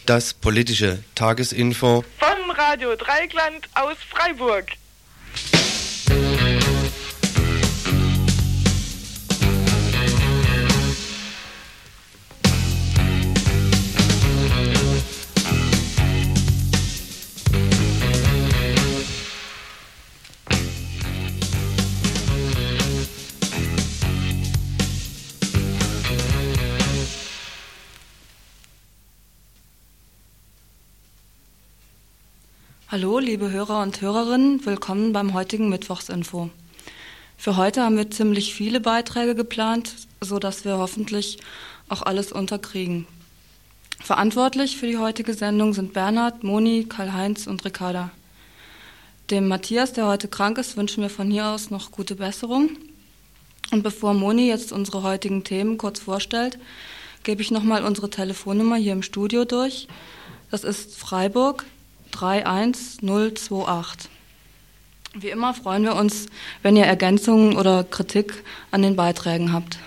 Das politische Tagesinfo von Radio Dreieckland aus Freiburg. Hallo, liebe Hörer und Hörerinnen, willkommen beim heutigen Mittwochsinfo. Für heute haben wir ziemlich viele Beiträge geplant, sodass wir hoffentlich auch alles unterkriegen. Verantwortlich für die heutige Sendung sind Bernhard, Moni, Karl-Heinz und Ricarda. Dem Matthias, der heute krank ist, wünschen wir von hier aus noch gute Besserung. Und bevor Moni jetzt unsere heutigen Themen kurz vorstellt, gebe ich nochmal unsere Telefonnummer hier im Studio durch. Das ist Freiburg 31028. Wie immer freuen wir uns, wenn ihr Ergänzungen oder Kritik an den Beiträgen habt.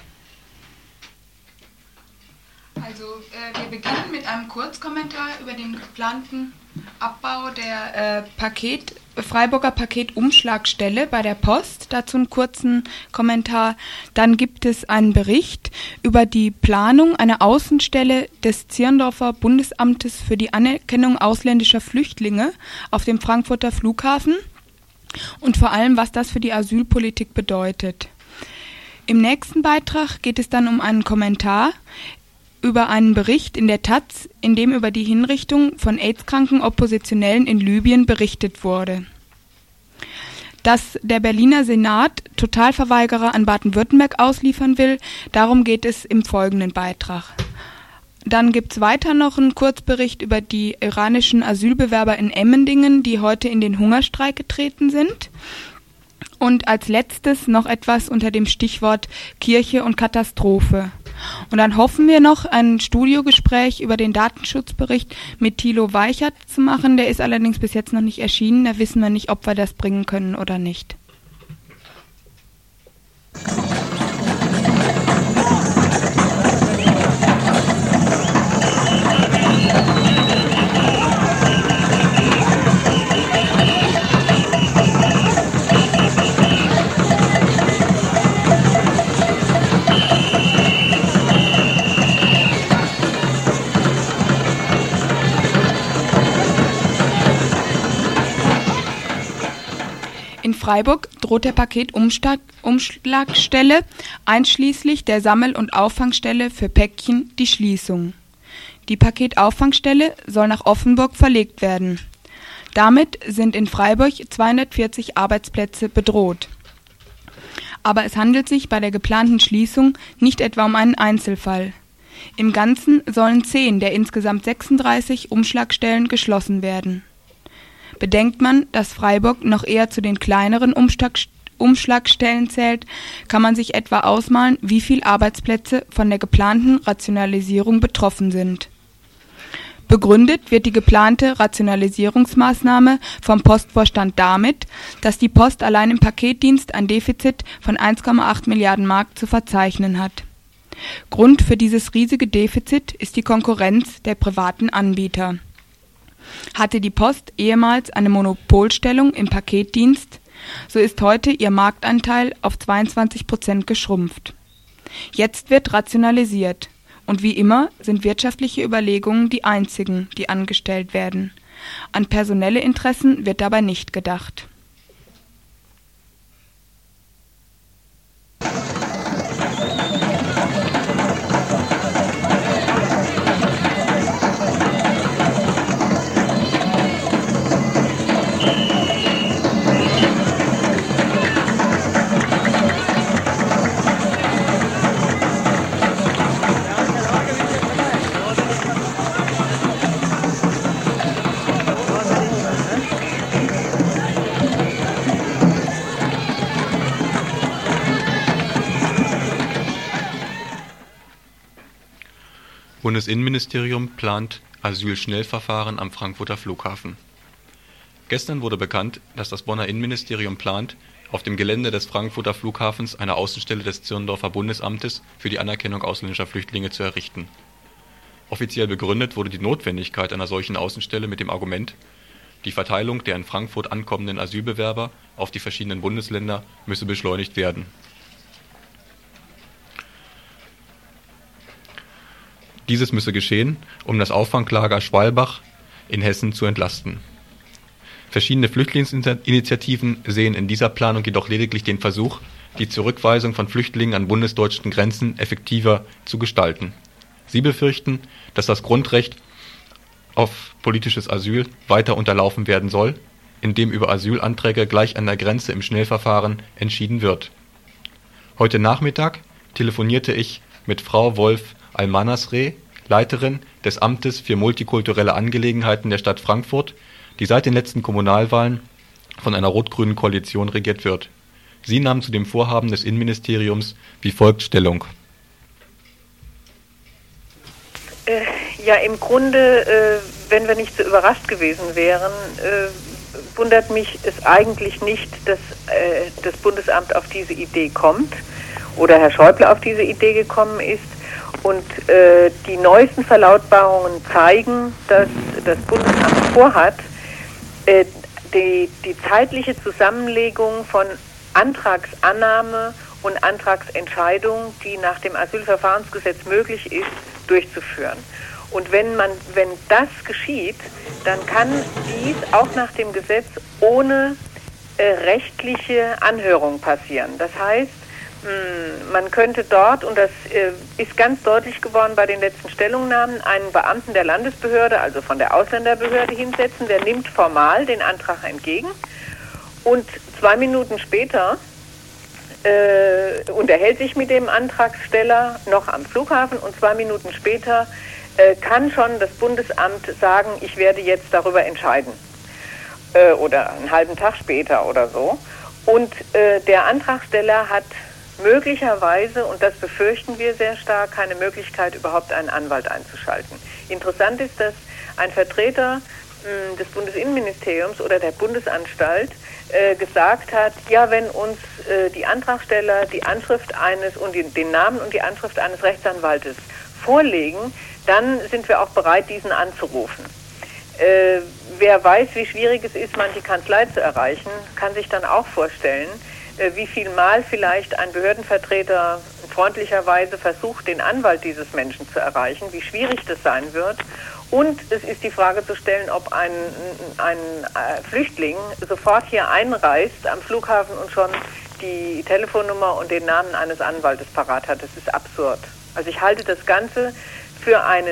Also wir beginnen mit einem Kurzkommentar über den geplanten Abbau der Freiburger Paketumschlagstelle bei der Post. Dazu einen kurzen Kommentar. Dann gibt es einen Bericht über die Planung einer Außenstelle des Zirndorfer Bundesamtes für die Anerkennung ausländischer Flüchtlinge auf dem Frankfurter Flughafen und vor allem, was das für die Asylpolitik bedeutet. Im nächsten Beitrag geht es dann um einen Kommentar über einen Bericht in der Taz, in dem über die Hinrichtung von AIDS-kranken Oppositionellen in Libyen berichtet wurde. Dass der Berliner Senat Totalverweigerer an Baden-Württemberg ausliefern will, darum geht es im folgenden Beitrag. Dann gibt es weiter noch einen Kurzbericht über die iranischen Asylbewerber in Emmendingen, die heute in den Hungerstreik getreten sind. Und als letztes noch etwas unter dem Stichwort Kirche und Katastrophe. Und dann hoffen wir noch, ein Studiogespräch über den Datenschutzbericht mit Thilo Weichert zu machen. Der ist allerdings bis jetzt noch nicht erschienen. Da wissen wir nicht, ob wir das bringen können oder nicht. In Freiburg droht der Paketumschlagstelle einschließlich der Sammel- und Auffangstelle für Päckchen die Schließung. Die Paketauffangstelle soll nach Offenburg verlegt werden. Damit sind in Freiburg 240 Arbeitsplätze bedroht. Aber es handelt sich bei der geplanten Schließung nicht etwa um einen Einzelfall. Im Ganzen sollen 10 der insgesamt 36 Umschlagstellen geschlossen werden. Bedenkt man, dass Freiburg noch eher zu den kleineren Umschlagstellen zählt, kann man sich etwa ausmalen, wie viele Arbeitsplätze von der geplanten Rationalisierung betroffen sind. Begründet wird die geplante Rationalisierungsmaßnahme vom Postvorstand damit, dass die Post allein im Paketdienst ein Defizit von 1,8 Milliarden Mark zu verzeichnen hat. Grund für dieses riesige Defizit ist die Konkurrenz der privaten Anbieter. Hatte die Post ehemals eine Monopolstellung im Paketdienst, so ist heute ihr Marktanteil auf 22% geschrumpft. Jetzt wird rationalisiert und wie immer sind wirtschaftliche Überlegungen die einzigen, die angestellt werden. An personelle Interessen wird dabei nicht gedacht. Bundesinnenministerium plant Asylschnellverfahren am Frankfurter Flughafen. Gestern wurde bekannt, dass das Bonner Innenministerium plant, auf dem Gelände des Frankfurter Flughafens eine Außenstelle des Zirndorfer Bundesamtes für die Anerkennung ausländischer Flüchtlinge zu errichten. Offiziell begründet wurde die Notwendigkeit einer solchen Außenstelle mit dem Argument, die Verteilung der in Frankfurt ankommenden Asylbewerber auf die verschiedenen Bundesländer müsse beschleunigt werden. Dieses müsse geschehen, um das Auffanglager Schwalbach in Hessen zu entlasten. Verschiedene Flüchtlingsinitiativen sehen in dieser Planung jedoch lediglich den Versuch, die Zurückweisung von Flüchtlingen an bundesdeutschen Grenzen effektiver zu gestalten. Sie befürchten, dass das Grundrecht auf politisches Asyl weiter unterlaufen werden soll, indem über Asylanträge gleich an der Grenze im Schnellverfahren entschieden wird. Heute Nachmittag telefonierte ich mit Frau Wolf Almanasreh, Leiterin des Amtes für multikulturelle Angelegenheiten der Stadt Frankfurt, die seit den letzten Kommunalwahlen von einer rot-grünen Koalition regiert wird. Sie nahm zu dem Vorhaben des Innenministeriums wie folgt Stellung. Ja, im Grunde, wenn wir nicht so überrascht gewesen wären, wundert mich es eigentlich nicht, dass das Bundesamt auf diese Idee kommt oder Herr Schäuble auf diese Idee gekommen ist. Und die neuesten Verlautbarungen zeigen, dass das Bundesamt vorhat, die zeitliche Zusammenlegung von Antragsannahme und Antragsentscheidung, die nach dem Asylverfahrensgesetz möglich ist, durchzuführen. Und wenn das geschieht, dann kann dies auch nach dem Gesetz ohne rechtliche Anhörung passieren. Das heißt, man könnte dort, und das ist ganz deutlich geworden bei den letzten Stellungnahmen, einen Beamten der Landesbehörde, also von der Ausländerbehörde hinsetzen, der nimmt formal den Antrag entgegen und 2 Minuten später unterhält sich mit dem Antragsteller noch am Flughafen und 2 Minuten später kann schon das Bundesamt sagen, ich werde jetzt darüber entscheiden. Oder einen halben Tag später oder so. Und der Antragsteller hat möglicherweise, und das befürchten wir sehr stark, keine Möglichkeit, überhaupt einen Anwalt einzuschalten. Interessant ist, dass ein Vertreter des Bundesinnenministeriums oder der Bundesanstalt gesagt hat, ja, wenn uns die Antragsteller die Anschrift eines und den Namen und die Anschrift eines Rechtsanwaltes vorlegen, dann sind wir auch bereit, diesen anzurufen. Wer weiß, wie schwierig es ist, manche Kanzlei zu erreichen, kann sich dann auch vorstellen, wie viel Mal vielleicht ein Behördenvertreter freundlicherweise versucht, den Anwalt dieses Menschen zu erreichen, wie schwierig das sein wird. Und es ist die Frage zu stellen, ob ein Flüchtling sofort hier einreist am Flughafen und schon die Telefonnummer und den Namen eines Anwaltes parat hat. Das ist absurd. Also ich halte das Ganze für einen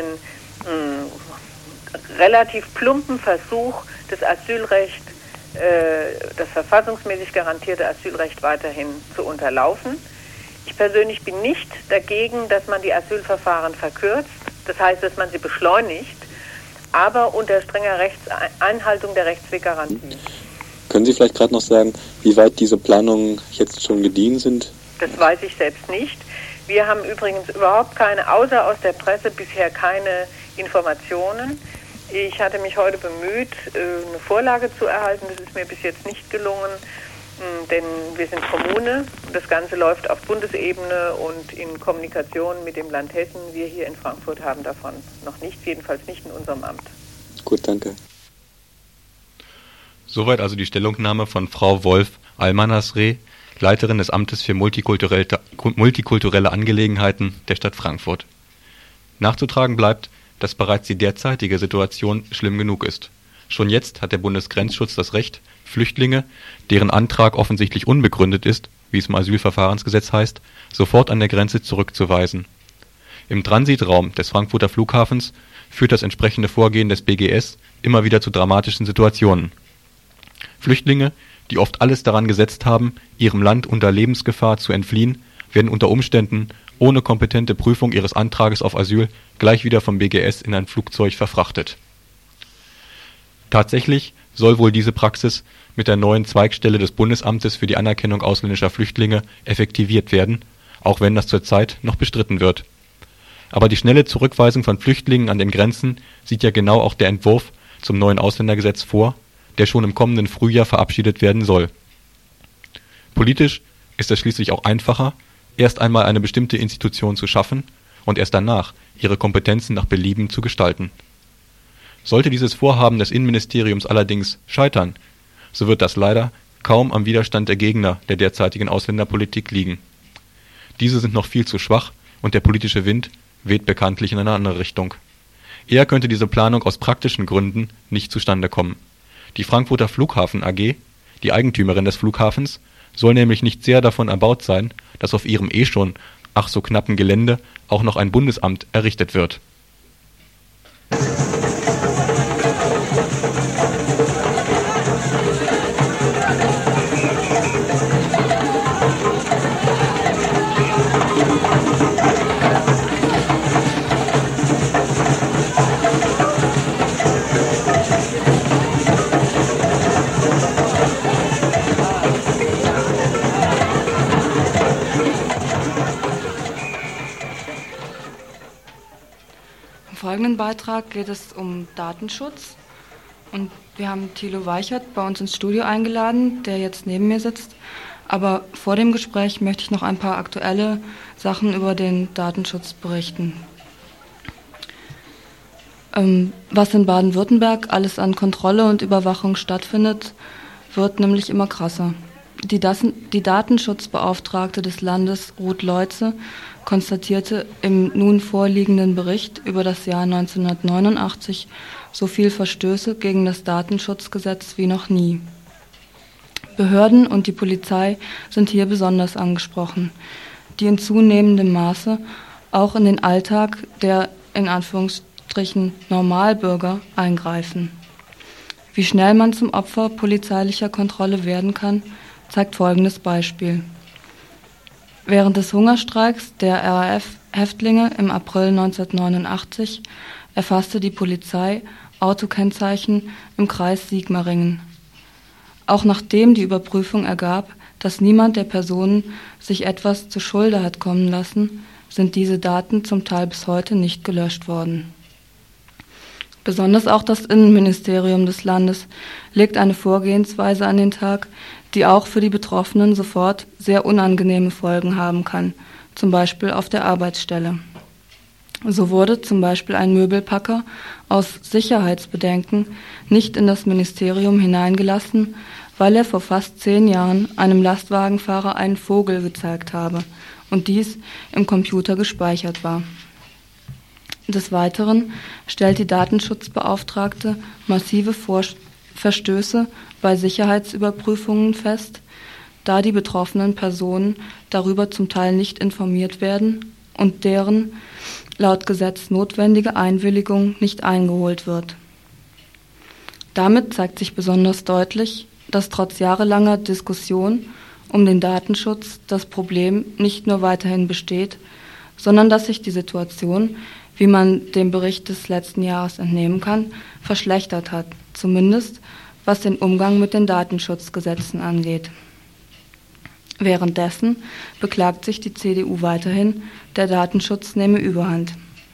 relativ plumpen Versuch, das Asylrecht, das verfassungsmäßig garantierte Asylrecht weiterhin zu unterlaufen. Ich persönlich bin nicht dagegen, dass man die Asylverfahren verkürzt, das heißt, dass man sie beschleunigt, aber unter strenger Einhaltung der Rechtsweggarantie. Können Sie vielleicht gerade noch sagen, wie weit diese Planungen jetzt schon gediehen sind? Das weiß ich selbst nicht. Wir haben übrigens überhaupt keine, außer aus der Presse, bisher keine Informationen. Ich hatte mich heute bemüht, eine Vorlage zu erhalten. Das ist mir bis jetzt nicht gelungen, denn wir sind Kommune. Das Ganze läuft auf Bundesebene und in Kommunikation mit dem Land Hessen. Wir hier in Frankfurt haben davon noch nichts, jedenfalls nicht in unserem Amt. Gut, danke. Soweit also die Stellungnahme von Frau Wolf Almanasreh, Leiterin des Amtes für multikulturelle Angelegenheiten der Stadt Frankfurt. Nachzutragen bleibt, dass bereits die derzeitige Situation schlimm genug ist. Schon jetzt hat der Bundesgrenzschutz das Recht, Flüchtlinge, deren Antrag offensichtlich unbegründet ist, wie es im Asylverfahrensgesetz heißt, sofort an der Grenze zurückzuweisen. Im Transitraum des Frankfurter Flughafens führt das entsprechende Vorgehen des BGS immer wieder zu dramatischen Situationen. Flüchtlinge, die oft alles daran gesetzt haben, ihrem Land unter Lebensgefahr zu entfliehen, werden unter Umständen ohne kompetente Prüfung ihres Antrages auf Asyl gleich wieder vom BGS in ein Flugzeug verfrachtet. Tatsächlich soll wohl diese Praxis mit der neuen Zweigstelle des Bundesamtes für die Anerkennung ausländischer Flüchtlinge effektiviert werden, auch wenn das zurzeit noch bestritten wird. Aber die schnelle Zurückweisung von Flüchtlingen an den Grenzen sieht ja genau auch der Entwurf zum neuen Ausländergesetz vor, der schon im kommenden Frühjahr verabschiedet werden soll. Politisch ist es schließlich auch einfacher, erst einmal eine bestimmte Institution zu schaffen und erst danach ihre Kompetenzen nach Belieben zu gestalten. Sollte dieses Vorhaben des Innenministeriums allerdings scheitern, so wird das leider kaum am Widerstand der Gegner der derzeitigen Ausländerpolitik liegen. Diese sind noch viel zu schwach und der politische Wind weht bekanntlich in eine andere Richtung. Eher könnte diese Planung aus praktischen Gründen nicht zustande kommen. Die Frankfurter Flughafen AG, die Eigentümerin des Flughafens, soll nämlich nicht sehr davon erbaut sein, dass auf ihrem schon ach so knappen Gelände auch noch ein Bundesamt errichtet wird. Im folgenden Beitrag geht es um Datenschutz und wir haben Thilo Weichert bei uns ins Studio eingeladen, der jetzt neben mir sitzt. Aber vor dem Gespräch möchte ich noch ein paar aktuelle Sachen über den Datenschutz berichten. Was in Baden-Württemberg alles an Kontrolle und Überwachung stattfindet, wird nämlich immer krasser. Die Datenschutzbeauftragte des Landes, Ruth Leutze, konstatierte im nun vorliegenden Bericht über das Jahr 1989 so viel Verstöße gegen das Datenschutzgesetz wie noch nie. Behörden und die Polizei sind hier besonders angesprochen, die in zunehmendem Maße auch in den Alltag der in Anführungsstrichen Normalbürger eingreifen. Wie schnell man zum Opfer polizeilicher Kontrolle werden kann, zeigt folgendes Beispiel. Während des Hungerstreiks der RAF-Häftlinge im April 1989 erfasste die Polizei Autokennzeichen im Kreis Sigmaringen. Auch nachdem die Überprüfung ergab, dass niemand der Personen sich etwas zu Schulde hat kommen lassen, sind diese Daten zum Teil bis heute nicht gelöscht worden. Besonders auch das Innenministerium des Landes legt eine Vorgehensweise an den Tag, die auch für die Betroffenen sofort sehr unangenehme Folgen haben kann, zum Beispiel auf der Arbeitsstelle. So wurde zum Beispiel ein Möbelpacker aus Sicherheitsbedenken nicht in das Ministerium hineingelassen, weil er vor fast 10 Jahren einem Lastwagenfahrer einen Vogel gezeigt habe und dies im Computer gespeichert war. Des Weiteren stellt die Datenschutzbeauftragte massive Verstöße bei Sicherheitsüberprüfungen fest, da die betroffenen Personen darüber zum Teil nicht informiert werden und deren laut Gesetz notwendige Einwilligung nicht eingeholt wird. Damit zeigt sich besonders deutlich, dass trotz jahrelanger Diskussion um den Datenschutz das Problem nicht nur weiterhin besteht, sondern dass sich die Situation, wie man dem Bericht des letzten Jahres entnehmen kann, verschlechtert hat, zumindest was den Umgang mit den Datenschutzgesetzen angeht. Währenddessen beklagt sich die CDU weiterhin, der Datenschutz nehme Überhand.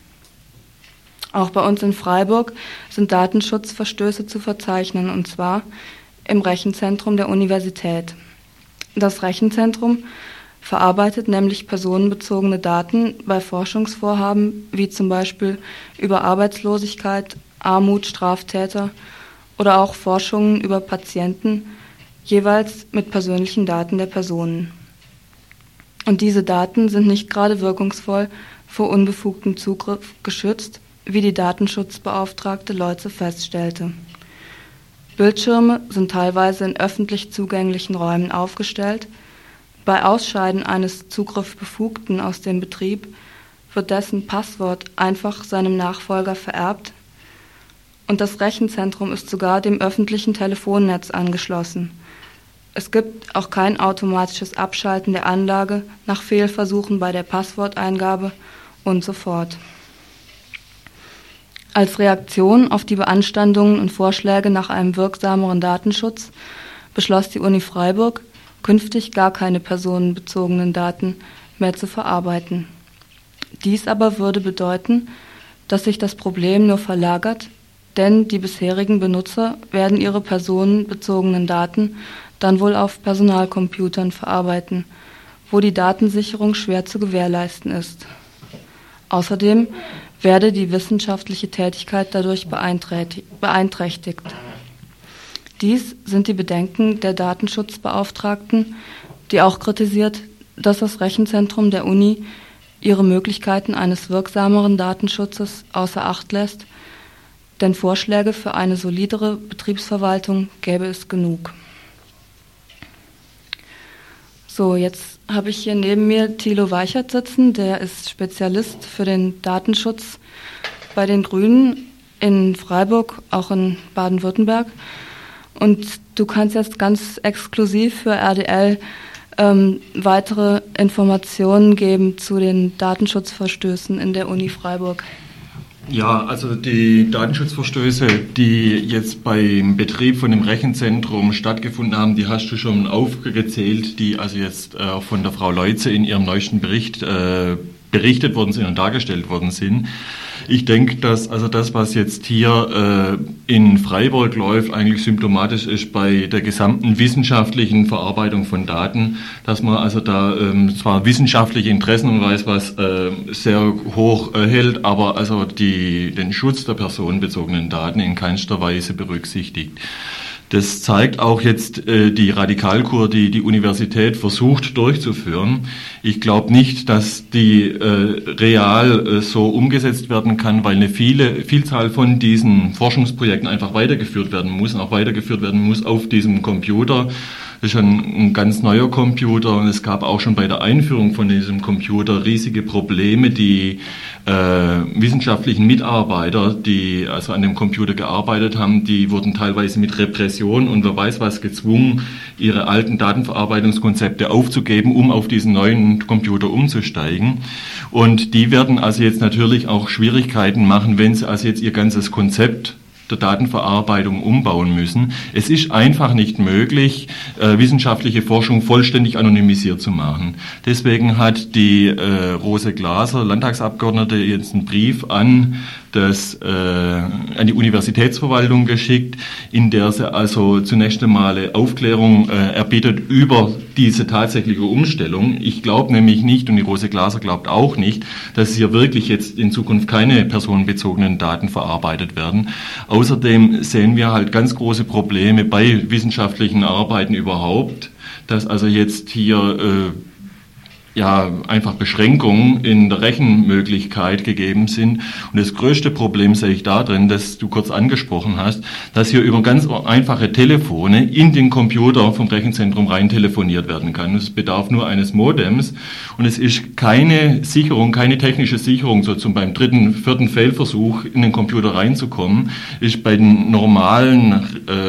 Auch bei uns in Freiburg sind Datenschutzverstöße zu verzeichnen, und zwar im Rechenzentrum der Universität. Das Rechenzentrum verarbeitet nämlich personenbezogene Daten bei Forschungsvorhaben wie zum Beispiel über Arbeitslosigkeit, Armut, Straftäter oder auch Forschungen über Patienten, jeweils mit persönlichen Daten der Personen. Und diese Daten sind nicht gerade wirkungsvoll vor unbefugtem Zugriff geschützt, wie die Datenschutzbeauftragte Leutze feststellte. Bildschirme sind teilweise in öffentlich zugänglichen Räumen aufgestellt. Bei Ausscheiden eines Zugriffbefugten aus dem Betrieb wird dessen Passwort einfach seinem Nachfolger vererbt und das Rechenzentrum ist sogar dem öffentlichen Telefonnetz angeschlossen. Es gibt auch kein automatisches Abschalten der Anlage nach Fehlversuchen bei der Passworteingabe und so fort. Als Reaktion auf die Beanstandungen und Vorschläge nach einem wirksameren Datenschutz beschloss die Uni Freiburg, künftig gar keine personenbezogenen Daten mehr zu verarbeiten. Dies aber würde bedeuten, dass sich das Problem nur verlagert, denn die bisherigen Benutzer werden ihre personenbezogenen Daten dann wohl auf Personalcomputern verarbeiten, wo die Datensicherung schwer zu gewährleisten ist. Außerdem werde die wissenschaftliche Tätigkeit dadurch beeinträchtigt. Dies sind die Bedenken der Datenschutzbeauftragten, die auch kritisiert, dass das Rechenzentrum der Uni ihre Möglichkeiten eines wirksameren Datenschutzes außer Acht lässt, denn Vorschläge für eine solidere Betriebsverwaltung gäbe es genug. So, jetzt habe ich hier neben mir Thilo Weichert sitzen, der ist Spezialist für den Datenschutz bei den Grünen in Freiburg, auch in Baden-Württemberg. Und du kannst jetzt ganz exklusiv für RDL weitere Informationen geben zu den Datenschutzverstößen in der Uni Freiburg. Ja, also die Datenschutzverstöße, die jetzt beim Betrieb von dem Rechenzentrum stattgefunden haben, die hast du schon aufgezählt, die also jetzt von der Frau Leutze in ihrem neuesten Bericht berichtet worden sind und dargestellt worden sind. Ich denke, dass also das, was jetzt hier in Freiburg läuft, eigentlich symptomatisch ist bei der gesamten wissenschaftlichen Verarbeitung von Daten, dass man also da zwar wissenschaftliche Interessen und weiß, was sehr hoch hält, aber also den Schutz der personenbezogenen Daten in keinster Weise berücksichtigt. Das zeigt auch jetzt die Radikalkur, die die Universität versucht durchzuführen. Ich glaube nicht, dass die real so umgesetzt werden kann, weil eine Vielzahl von diesen Forschungsprojekten einfach weitergeführt werden muss, und auch weitergeführt werden muss auf diesem Computer. Das ist ein ganz neuer Computer und es gab auch schon bei der Einführung von diesem Computer riesige Probleme. Die wissenschaftlichen Mitarbeiter, die also an dem Computer gearbeitet haben, die wurden teilweise mit Repression und wer weiß was gezwungen, ihre alten Datenverarbeitungskonzepte aufzugeben, um auf diesen neuen Computer umzusteigen. Und die werden also jetzt natürlich auch Schwierigkeiten machen, wenn sie also jetzt ihr ganzes Konzept der Datenverarbeitung umbauen müssen. Es ist einfach nicht möglich, wissenschaftliche Forschung vollständig anonymisiert zu machen. Deswegen hat die Rose Glaser, Landtagsabgeordnete, jetzt einen Brief an die Universitätsverwaltung geschickt, in der sie also zunächst einmal Aufklärung erbittet über diese tatsächliche Umstellung. Ich glaube nämlich nicht, und die Rose Glaser glaubt auch nicht, dass hier wirklich jetzt in Zukunft keine personenbezogenen Daten verarbeitet werden. Außerdem sehen wir halt ganz große Probleme bei wissenschaftlichen Arbeiten überhaupt, dass also jetzt hier einfach Beschränkungen in der Rechenmöglichkeit gegeben sind. Und das größte Problem sehe ich darin, das du kurz angesprochen hast, dass hier über ganz einfache Telefone in den Computer vom Rechenzentrum rein telefoniert werden kann. Es bedarf nur eines Modems und es ist keine Sicherung, keine technische Sicherung, so zum beim 3., 4. Fehlversuch in den Computer reinzukommen, ist bei den normalen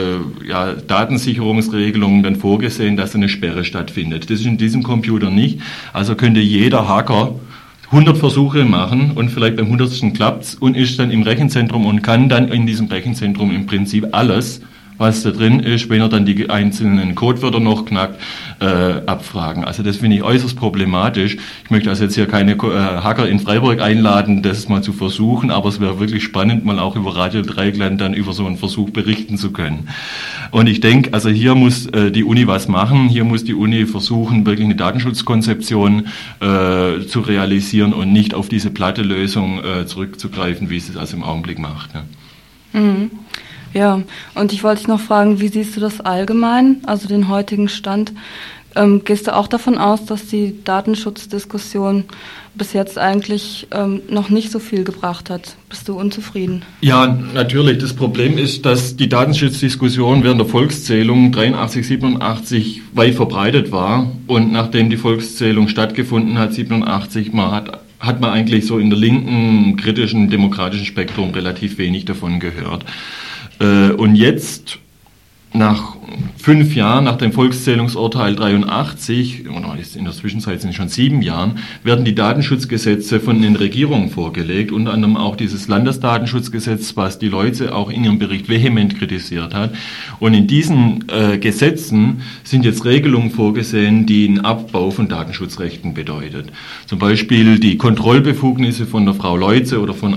Datensicherungsregelungen dann vorgesehen, dass eine Sperre stattfindet. Das ist in diesem Computer nicht. Also könnte jeder Hacker 100 Versuche machen und vielleicht beim 100. klappt's und ist dann im Rechenzentrum und kann dann in diesem Rechenzentrum im Prinzip alles, was da drin ist, wenn er dann die einzelnen Codewörter noch knackt, abfragen. Also das finde ich äußerst problematisch. Ich möchte also jetzt hier keine Hacker in Freiburg einladen, das mal zu versuchen, aber es wäre wirklich spannend, mal auch über Radio Dreieckland dann über so einen Versuch berichten zu können. Und ich denke, also hier muss die Uni was machen. Hier muss die Uni versuchen, wirklich eine Datenschutzkonzeption zu realisieren und nicht auf diese platte Lösung zurückzugreifen, wie es es also im Augenblick macht. Ne? Mhm. Ja, und ich wollte dich noch fragen, wie siehst du das allgemein, also den heutigen Stand? Gehst du auch davon aus, dass die Datenschutzdiskussion bis jetzt eigentlich noch nicht so viel gebracht hat? Bist du unzufrieden? Ja, natürlich. Das Problem ist, dass die Datenschutzdiskussion während der Volkszählung 83, 87 weit verbreitet war und nachdem die Volkszählung stattgefunden hat, 87, hat man eigentlich so in der linken, kritischen, demokratischen Spektrum relativ wenig davon gehört. Und jetzt, nach 5 Jahren, nach dem Volkszählungsurteil 83, oder in der Zwischenzeit sind es schon 7 Jahren, werden die Datenschutzgesetze von den Regierungen vorgelegt, unter anderem auch dieses Landesdatenschutzgesetz, was die Leute auch in ihrem Bericht vehement kritisiert hat. Und in diesen Gesetzen sind jetzt Regelungen vorgesehen, die einen Abbau von Datenschutzrechten bedeutet. Zum Beispiel die Kontrollbefugnisse von der Frau Leutze oder von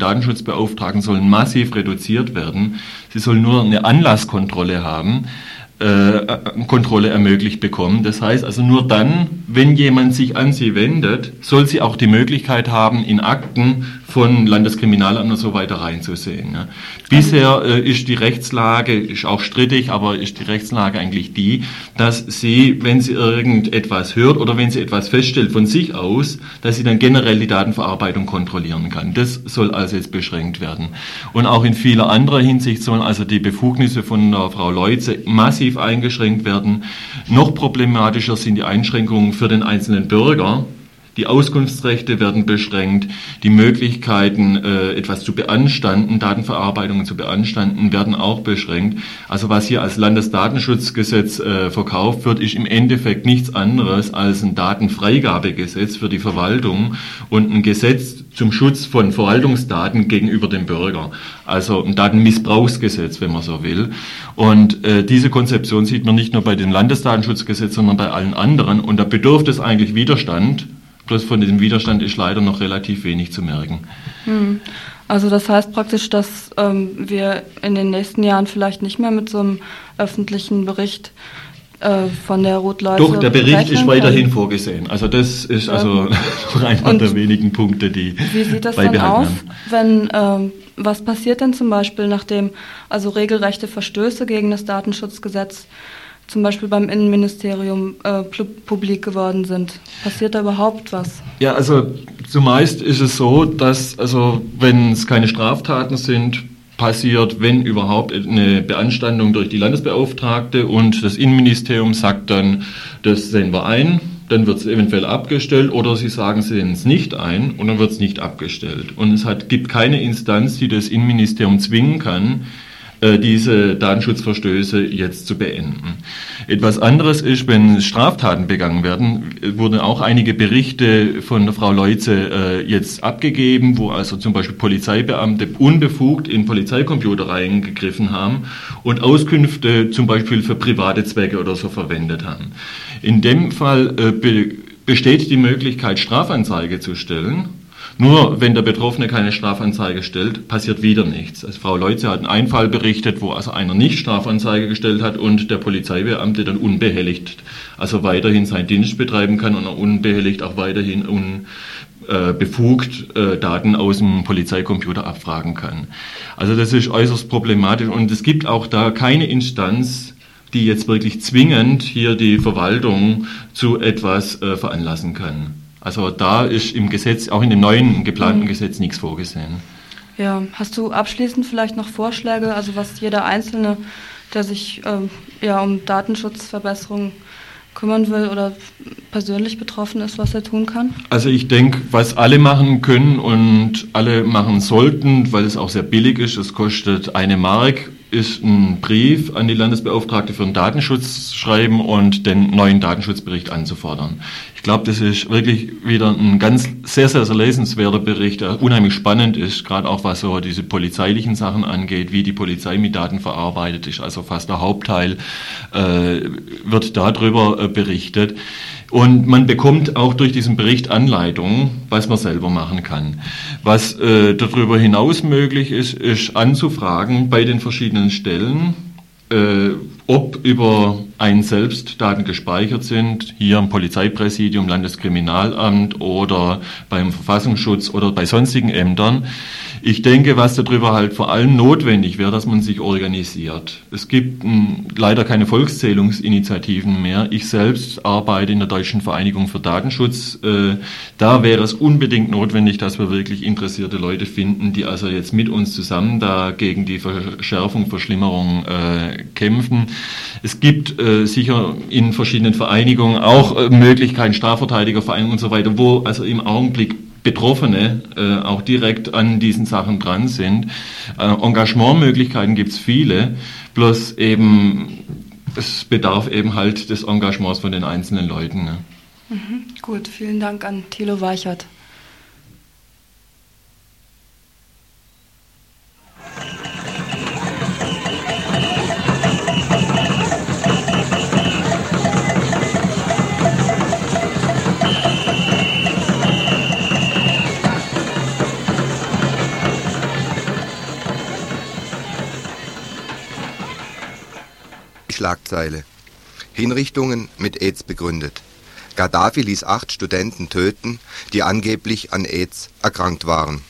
Datenschutzbeauftragten sollen massiv reduziert werden. Sie sollen nur eine Anlasskontrolle haben. Kontrolle ermöglicht bekommen. Das heißt also nur dann, wenn jemand sich an sie wendet, soll sie auch die Möglichkeit haben, in Akten von Landeskriminalamt und so weiter reinzusehen. Ja. Bisher ist die Rechtslage, ist auch strittig, aber ist die Rechtslage eigentlich die, dass sie, wenn sie irgendetwas hört oder wenn sie etwas feststellt von sich aus, dass sie dann generell die Datenverarbeitung kontrollieren kann. Das soll also jetzt beschränkt werden. Und auch in vieler anderer Hinsicht sollen also die Befugnisse von der Frau Leutze massiv eingeschränkt werden. Noch problematischer sind die Einschränkungen für den einzelnen Bürger. Die Auskunftsrechte werden beschränkt, die Möglichkeiten, etwas zu beanstanden, Datenverarbeitungen zu beanstanden, werden auch beschränkt. Also was hier als Landesdatenschutzgesetz verkauft wird, ist im Endeffekt nichts anderes als ein Datenfreigabegesetz für die Verwaltung und ein Gesetz zum Schutz von Verwaltungsdaten gegenüber dem Bürger. Also ein Datenmissbrauchsgesetz, wenn man so will. Und diese Konzeption sieht man nicht nur bei dem Landesdatenschutzgesetz, sondern bei allen anderen. Und da bedurft es eigentlich Widerstand. Bloß von diesem Widerstand ist leider noch relativ wenig zu merken. Also das heißt praktisch, dass wir in den nächsten Jahren vielleicht nicht mehr mit so einem öffentlichen Bericht von der Rot-Leutze. Doch, der Bericht ist weiterhin vorgesehen. Also das ist also einer der wenigen Punkte, die wie sieht das dann aus, wenn was passiert denn zum Beispiel, nachdem also regelrechte Verstöße gegen das Datenschutzgesetz zum Beispiel beim Innenministerium publik geworden sind? Passiert da überhaupt was? Ja, also zumeist ist es so, dass, also wenn es keine Straftaten sind, passiert, wenn überhaupt, eine Beanstandung durch die Landesbeauftragte und das Innenministerium sagt dann, das sehen wir ein, dann wird es eventuell abgestellt oder sie sagen, sie sehen es nicht ein und dann wird es nicht abgestellt. Und es gibt keine Instanz, die das Innenministerium zwingen kann, diese Datenschutzverstöße jetzt zu beenden. Etwas anderes ist, wenn Straftaten begangen werden, wurden auch einige Berichte von der Frau Leutze jetzt abgegeben, wo also zum Beispiel Polizeibeamte unbefugt in Polizeicomputer reingegriffen haben und Auskünfte zum Beispiel für private Zwecke oder so verwendet haben. In dem Fall besteht die Möglichkeit, Strafanzeige zu stellen. Nur wenn der Betroffene keine Strafanzeige stellt, passiert wieder nichts. Also Frau Leutze hat einen Fall berichtet, wo also einer nicht Strafanzeige gestellt hat und der Polizeibeamte dann unbehelligt, also weiterhin seinen Dienst betreiben kann und unbehelligt auch weiterhin befugt Daten aus dem Polizeicomputer abfragen kann. Also das ist äußerst problematisch und es gibt auch da keine Instanz, die jetzt wirklich zwingend hier die Verwaltung zu etwas veranlassen kann. Also da ist im Gesetz, auch in dem neuen geplanten Gesetz, nichts vorgesehen. Ja, hast du abschließend vielleicht noch Vorschläge, also was jeder Einzelne, der sich um Datenschutzverbesserung kümmern will oder persönlich betroffen ist, was er tun kann? Also ich denke, was alle machen können und alle machen sollten, weil es auch sehr billig ist, es kostet 1 Mark, ist ein Brief an die Landesbeauftragte für den Datenschutz schreiben und den neuen Datenschutzbericht anzufordern. Ich glaube, das ist wirklich wieder ein ganz sehr, sehr, sehr lesenswerter Bericht, der unheimlich spannend ist, gerade auch was so diese polizeilichen Sachen angeht, wie die Polizei mit Daten verarbeitet ist. Also fast der Hauptteil wird darüber berichtet. Und man bekommt auch durch diesen Bericht Anleitungen, was man selber machen kann. Was darüber hinaus möglich ist, ist anzufragen bei den verschiedenen Stellen, ob über einen selbst Daten gespeichert sind, hier im Polizeipräsidium, Landeskriminalamt oder beim Verfassungsschutz oder bei sonstigen Ämtern. Ich denke, was darüber halt vor allem notwendig wäre, dass man sich organisiert. Es gibt leider keine Volkszählungsinitiativen mehr. Ich selbst arbeite in der Deutschen Vereinigung für Datenschutz. Da wäre es unbedingt notwendig, dass wir wirklich interessierte Leute finden, die also jetzt mit uns zusammen da gegen die Verschärfung, Verschlimmerung kämpfen. Es gibt sicher in verschiedenen Vereinigungen auch Möglichkeiten, Strafverteidigervereinigungen und so weiter, wo also im Augenblick Betroffene auch direkt an diesen Sachen dran sind. Engagementmöglichkeiten gibt es viele, bloß eben es bedarf eben halt des Engagements von den einzelnen Leuten. Ne? Gut, vielen Dank an Thilo Weichert. Schlagzeile. Hinrichtungen mit AIDS begründet. Gaddafi ließ 8 Studenten töten, die angeblich an AIDS erkrankt waren.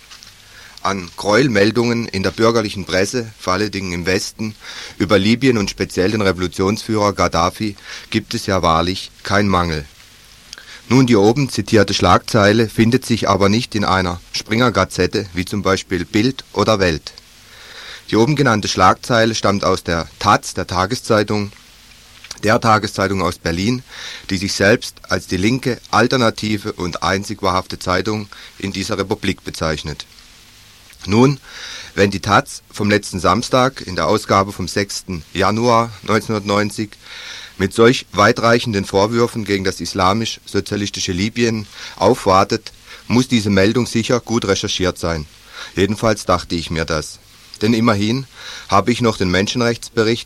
An Gräuelmeldungen in der bürgerlichen Presse, vor allen Dingen im Westen, über Libyen und speziell den Revolutionsführer Gaddafi gibt es ja wahrlich kein Mangel. Nun, die oben zitierte Schlagzeile findet sich aber nicht in einer Springer-Gazette, wie zum Beispiel Bild oder Welt. Die oben genannte Schlagzeile stammt aus der Taz, der Tageszeitung aus Berlin, die sich selbst als die linke, alternative und einzig wahrhafte Zeitung in dieser Republik bezeichnet. Nun, wenn die Taz vom letzten Samstag in der Ausgabe vom 6. Januar 1990 mit solch weitreichenden Vorwürfen gegen das islamisch-sozialistische Libyen aufwartet, muss diese Meldung sicher gut recherchiert sein. Jedenfalls dachte ich mir das. Denn immerhin habe ich noch den Menschenrechtsbericht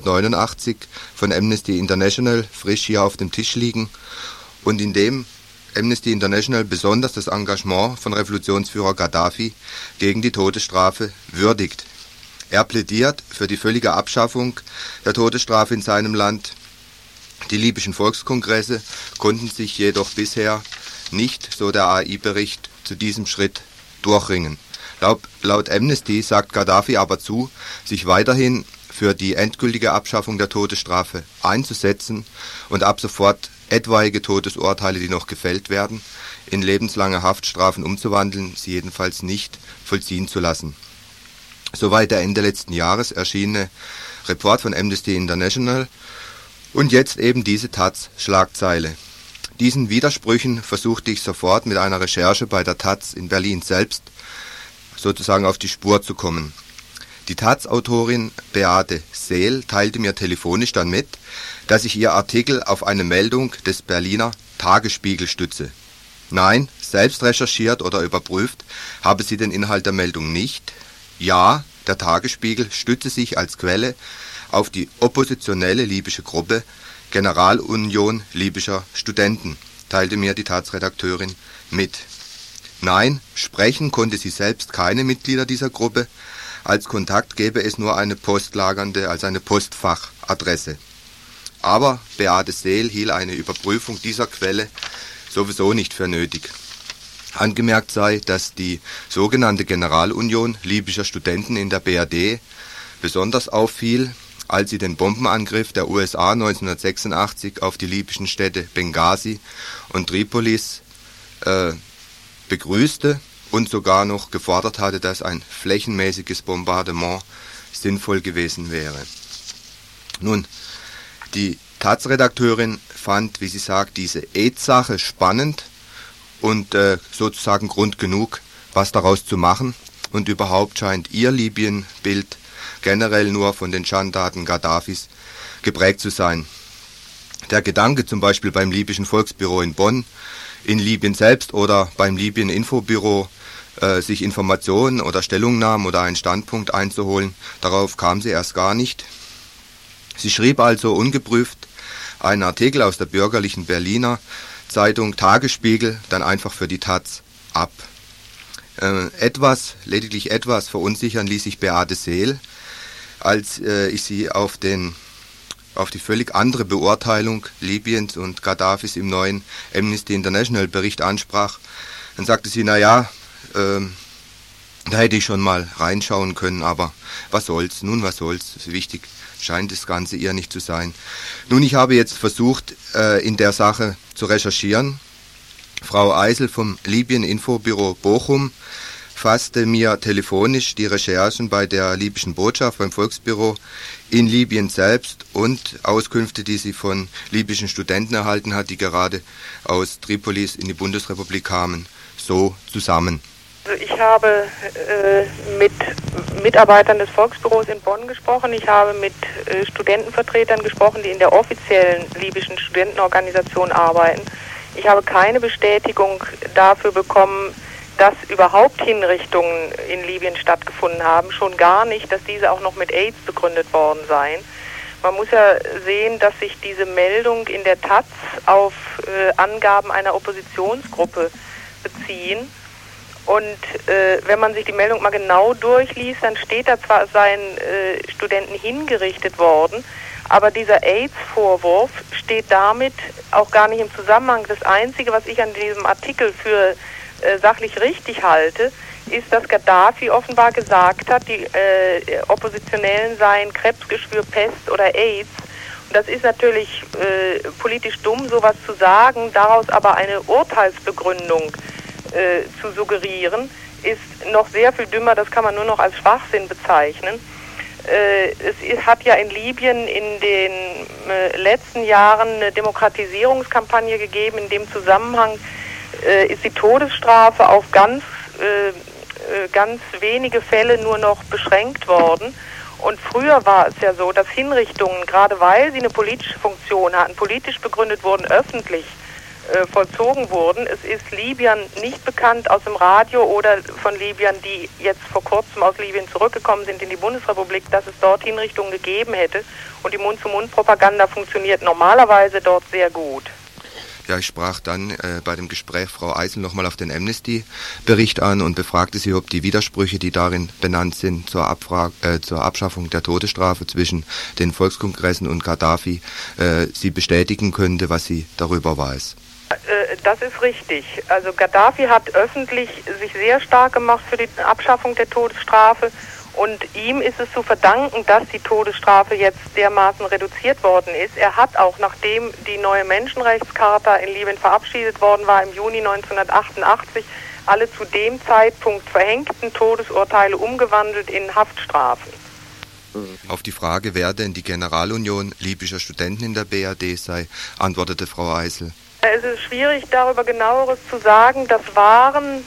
1989 von Amnesty International frisch hier auf dem Tisch liegen und in dem Amnesty International besonders das Engagement von Revolutionsführer Gaddafi gegen die Todesstrafe würdigt. Er plädiert für die völlige Abschaffung der Todesstrafe in seinem Land. Die libyschen Volkskongresse konnten sich jedoch bisher nicht, so der AI-Bericht, zu diesem Schritt durchringen. Laut Amnesty sagt Gaddafi aber zu, sich weiterhin für die endgültige Abschaffung der Todesstrafe einzusetzen und ab sofort etwaige Todesurteile, die noch gefällt werden, in lebenslange Haftstrafen umzuwandeln, sie jedenfalls nicht vollziehen zu lassen. Soweit der Ende letzten Jahres erschienene Report von Amnesty International und jetzt eben diese Taz-Schlagzeile. Diesen Widersprüchen versuchte ich sofort mit einer Recherche bei der Taz in Berlin selbst sozusagen auf die Spur zu kommen. Die Taz-Autorin Beate Seel teilte mir telefonisch dann mit, dass ich ihr Artikel auf eine Meldung des Berliner Tagesspiegel stütze. Nein, selbst recherchiert oder überprüft habe sie den Inhalt der Meldung nicht. Ja, der Tagesspiegel stütze sich als Quelle auf die oppositionelle libysche Gruppe Generalunion libyscher Studenten, teilte mir die Taz-Redakteurin mit. Nein, sprechen konnte sie selbst keine Mitglieder dieser Gruppe. Als Kontakt gäbe es nur eine postlagernde, also eine Postfachadresse. Aber Beate Seel hielt eine Überprüfung dieser Quelle sowieso nicht für nötig. Angemerkt sei, dass die sogenannte Generalunion libyscher Studenten in der BRD besonders auffiel, als sie den Bombenangriff der USA 1986 auf die libyschen Städte Benghazi und Tripolis begrüßte und sogar noch gefordert hatte, dass ein flächenmäßiges Bombardement sinnvoll gewesen wäre. Nun, die Taz-Redakteurin fand, wie sie sagt, diese AIDS-Sache spannend und sozusagen Grund genug, was daraus zu machen. Und überhaupt scheint ihr Libyen-Bild generell nur von den Schandtaten Gaddafis geprägt zu sein. Der Gedanke zum Beispiel beim libyschen Volksbüro in Bonn, in Libyen selbst oder beim Libyen-Infobüro sich Informationen oder Stellungnahmen oder einen Standpunkt einzuholen, darauf kam sie erst gar nicht. Sie schrieb also ungeprüft einen Artikel aus der bürgerlichen Berliner Zeitung Tagesspiegel dann einfach für die Taz ab. Lediglich etwas verunsichern ließ sich Beate Seel, als ich sie auf die völlig andere Beurteilung Libyens und Gaddafis im neuen Amnesty International Bericht ansprach. Dann sagte sie, da hätte ich schon mal reinschauen können, aber was soll's, wichtig scheint das Ganze ihr nicht zu sein. Nun, ich habe jetzt versucht, in der Sache zu recherchieren. Frau Eisel vom Libyen-Infobüro Bochum fasste mir telefonisch die Recherchen bei der libyschen Botschaft, beim Volksbüro in Libyen selbst und Auskünfte, die sie von libyschen Studenten erhalten hat, die gerade aus Tripolis in die Bundesrepublik kamen, so zusammen. Also ich habe mit Mitarbeitern des Volksbüros in Bonn gesprochen. Ich habe mit Studentenvertretern gesprochen, die in der offiziellen libyschen Studentenorganisation arbeiten. Ich habe keine Bestätigung dafür bekommen, dass überhaupt Hinrichtungen in Libyen stattgefunden haben. Schon gar nicht, dass diese auch noch mit AIDS begründet worden seien. Man muss ja sehen, dass sich diese Meldung in der Taz auf Angaben einer Oppositionsgruppe beziehen. Und wenn man sich die Meldung mal genau durchliest, dann steht da zwar, es seien Studenten hingerichtet worden, Aber dieser AIDS-Vorwurf steht damit auch gar nicht im Zusammenhang. Das Einzige, was ich an diesem Artikel für sachlich richtig halte, ist, dass Gaddafi offenbar gesagt hat, die Oppositionellen seien Krebsgeschwür, Pest oder AIDS. Und das ist natürlich politisch dumm, sowas zu sagen, daraus aber eine Urteilsbegründung zu suggerieren, ist noch sehr viel dümmer, das kann man nur noch als Schwachsinn bezeichnen. Es hat ja in Libyen in den letzten Jahren eine Demokratisierungskampagne gegeben. In dem Zusammenhang ist die Todesstrafe auf ganz wenige Fälle nur noch beschränkt worden. Und früher war es ja so, dass Hinrichtungen, gerade weil sie eine politische Funktion hatten, politisch begründet wurden, öffentlich vollzogen wurden. Es ist Libyern nicht bekannt aus dem Radio oder von Libyern, die jetzt vor kurzem aus Libyen zurückgekommen sind in die Bundesrepublik, dass es dort Hinrichtungen gegeben hätte. Und die Mund-zu-Mund-Propaganda funktioniert normalerweise dort sehr gut. Ja, ich sprach dann bei dem Gespräch Frau Eisel nochmal auf den Amnesty-Bericht an und befragte sie, ob die Widersprüche, die darin benannt sind, zur Abschaffung der Todesstrafe zwischen den Volkskongressen und Gaddafi, sie bestätigen könnte, was sie darüber weiß. Das ist richtig. Also Gaddafi hat öffentlich sich sehr stark gemacht für die Abschaffung der Todesstrafe. Und ihm ist es zu verdanken, dass die Todesstrafe jetzt dermaßen reduziert worden ist. Er hat auch, nachdem die neue Menschenrechtscharta in Libyen verabschiedet worden war, im Juni 1988, alle zu dem Zeitpunkt verhängten Todesurteile umgewandelt in Haftstrafen. Auf die Frage, wer denn die Generalunion libyscher Studenten in der BRD sei, antwortete Frau Eisel: Es ist schwierig, darüber genaueres zu sagen. Das waren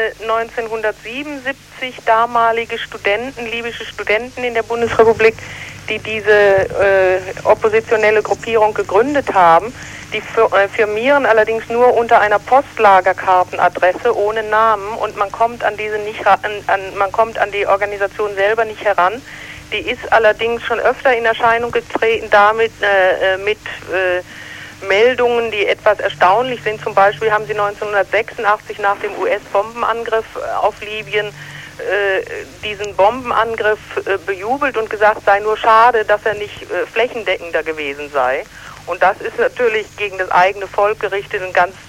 1977 damalige Studenten, libysche Studenten in der Bundesrepublik, die diese oppositionelle Gruppierung gegründet haben. Die firmieren allerdings nur unter einer Postlagerkartenadresse ohne Namen und man kommt an diese nicht man kommt an die Organisation selber nicht heran. Die ist allerdings schon öfter in Erscheinung getreten damit mit Meldungen, die etwas erstaunlich sind. Zum Beispiel haben sie 1986 nach dem US-Bombenangriff auf Libyen diesen Bombenangriff bejubelt und gesagt, sei nur schade, dass er nicht flächendeckender gewesen sei. Und das ist natürlich gegen das eigene Volk gerichtet eine ganz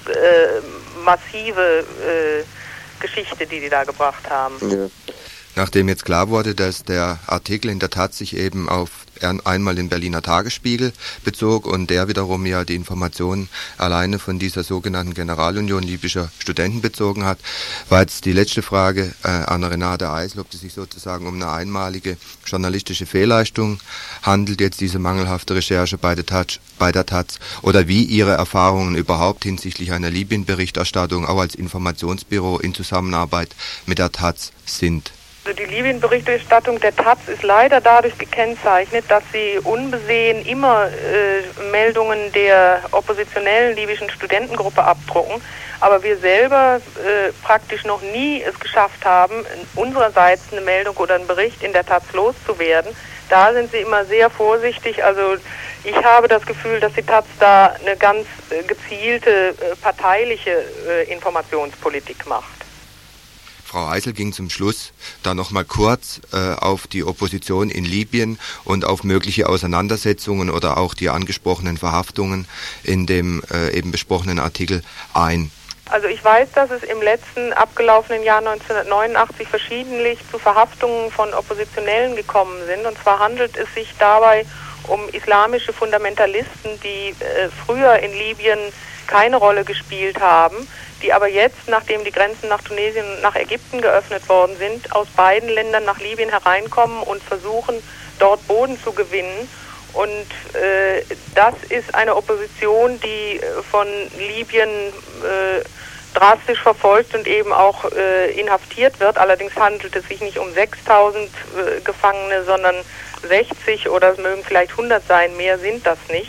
massive Geschichte, die da gebracht haben. Ja. Nachdem jetzt klar wurde, dass der Artikel in der Tat sich eben auf einmal den Berliner Tagesspiegel bezog und der wiederum ja die Informationen alleine von dieser sogenannten Generalunion libyscher Studenten bezogen hat, war jetzt die letzte Frage an Renate Eisel, ob es sich sozusagen um eine einmalige journalistische Fehlleistung handelt, jetzt diese mangelhafte Recherche bei der Taz, oder wie Ihre Erfahrungen überhaupt hinsichtlich einer Libyen-Berichterstattung auch als Informationsbüro in Zusammenarbeit mit der Taz sind. Also die Libyen-Berichterstattung der Taz ist leider dadurch gekennzeichnet, dass sie unbesehen immer Meldungen der oppositionellen libyschen Studentengruppe abdrucken, aber wir selber praktisch noch nie es geschafft haben, unsererseits eine Meldung oder einen Bericht in der Taz loszuwerden. Da sind sie immer sehr vorsichtig. Also ich habe das Gefühl, dass die Taz da eine ganz gezielte parteiliche Informationspolitik macht. Frau Eisel ging zum Schluss da nochmal kurz auf die Opposition in Libyen und auf mögliche Auseinandersetzungen oder auch die angesprochenen Verhaftungen in dem eben besprochenen Artikel ein. Also ich weiß, dass es im letzten abgelaufenen Jahr 1989 verschiedentlich zu Verhaftungen von Oppositionellen gekommen sind. Und zwar handelt es sich dabei um islamische Fundamentalisten, die früher in Libyen keine Rolle gespielt haben, die aber jetzt, nachdem die Grenzen nach Tunesien und nach Ägypten geöffnet worden sind, aus beiden Ländern nach Libyen hereinkommen und versuchen, dort Boden zu gewinnen. Und das ist eine Opposition, die von Libyen drastisch verfolgt und eben auch inhaftiert wird. Allerdings handelt es sich nicht um 6.000 Gefangene, sondern 60 oder es mögen vielleicht 100 sein, mehr sind das nicht.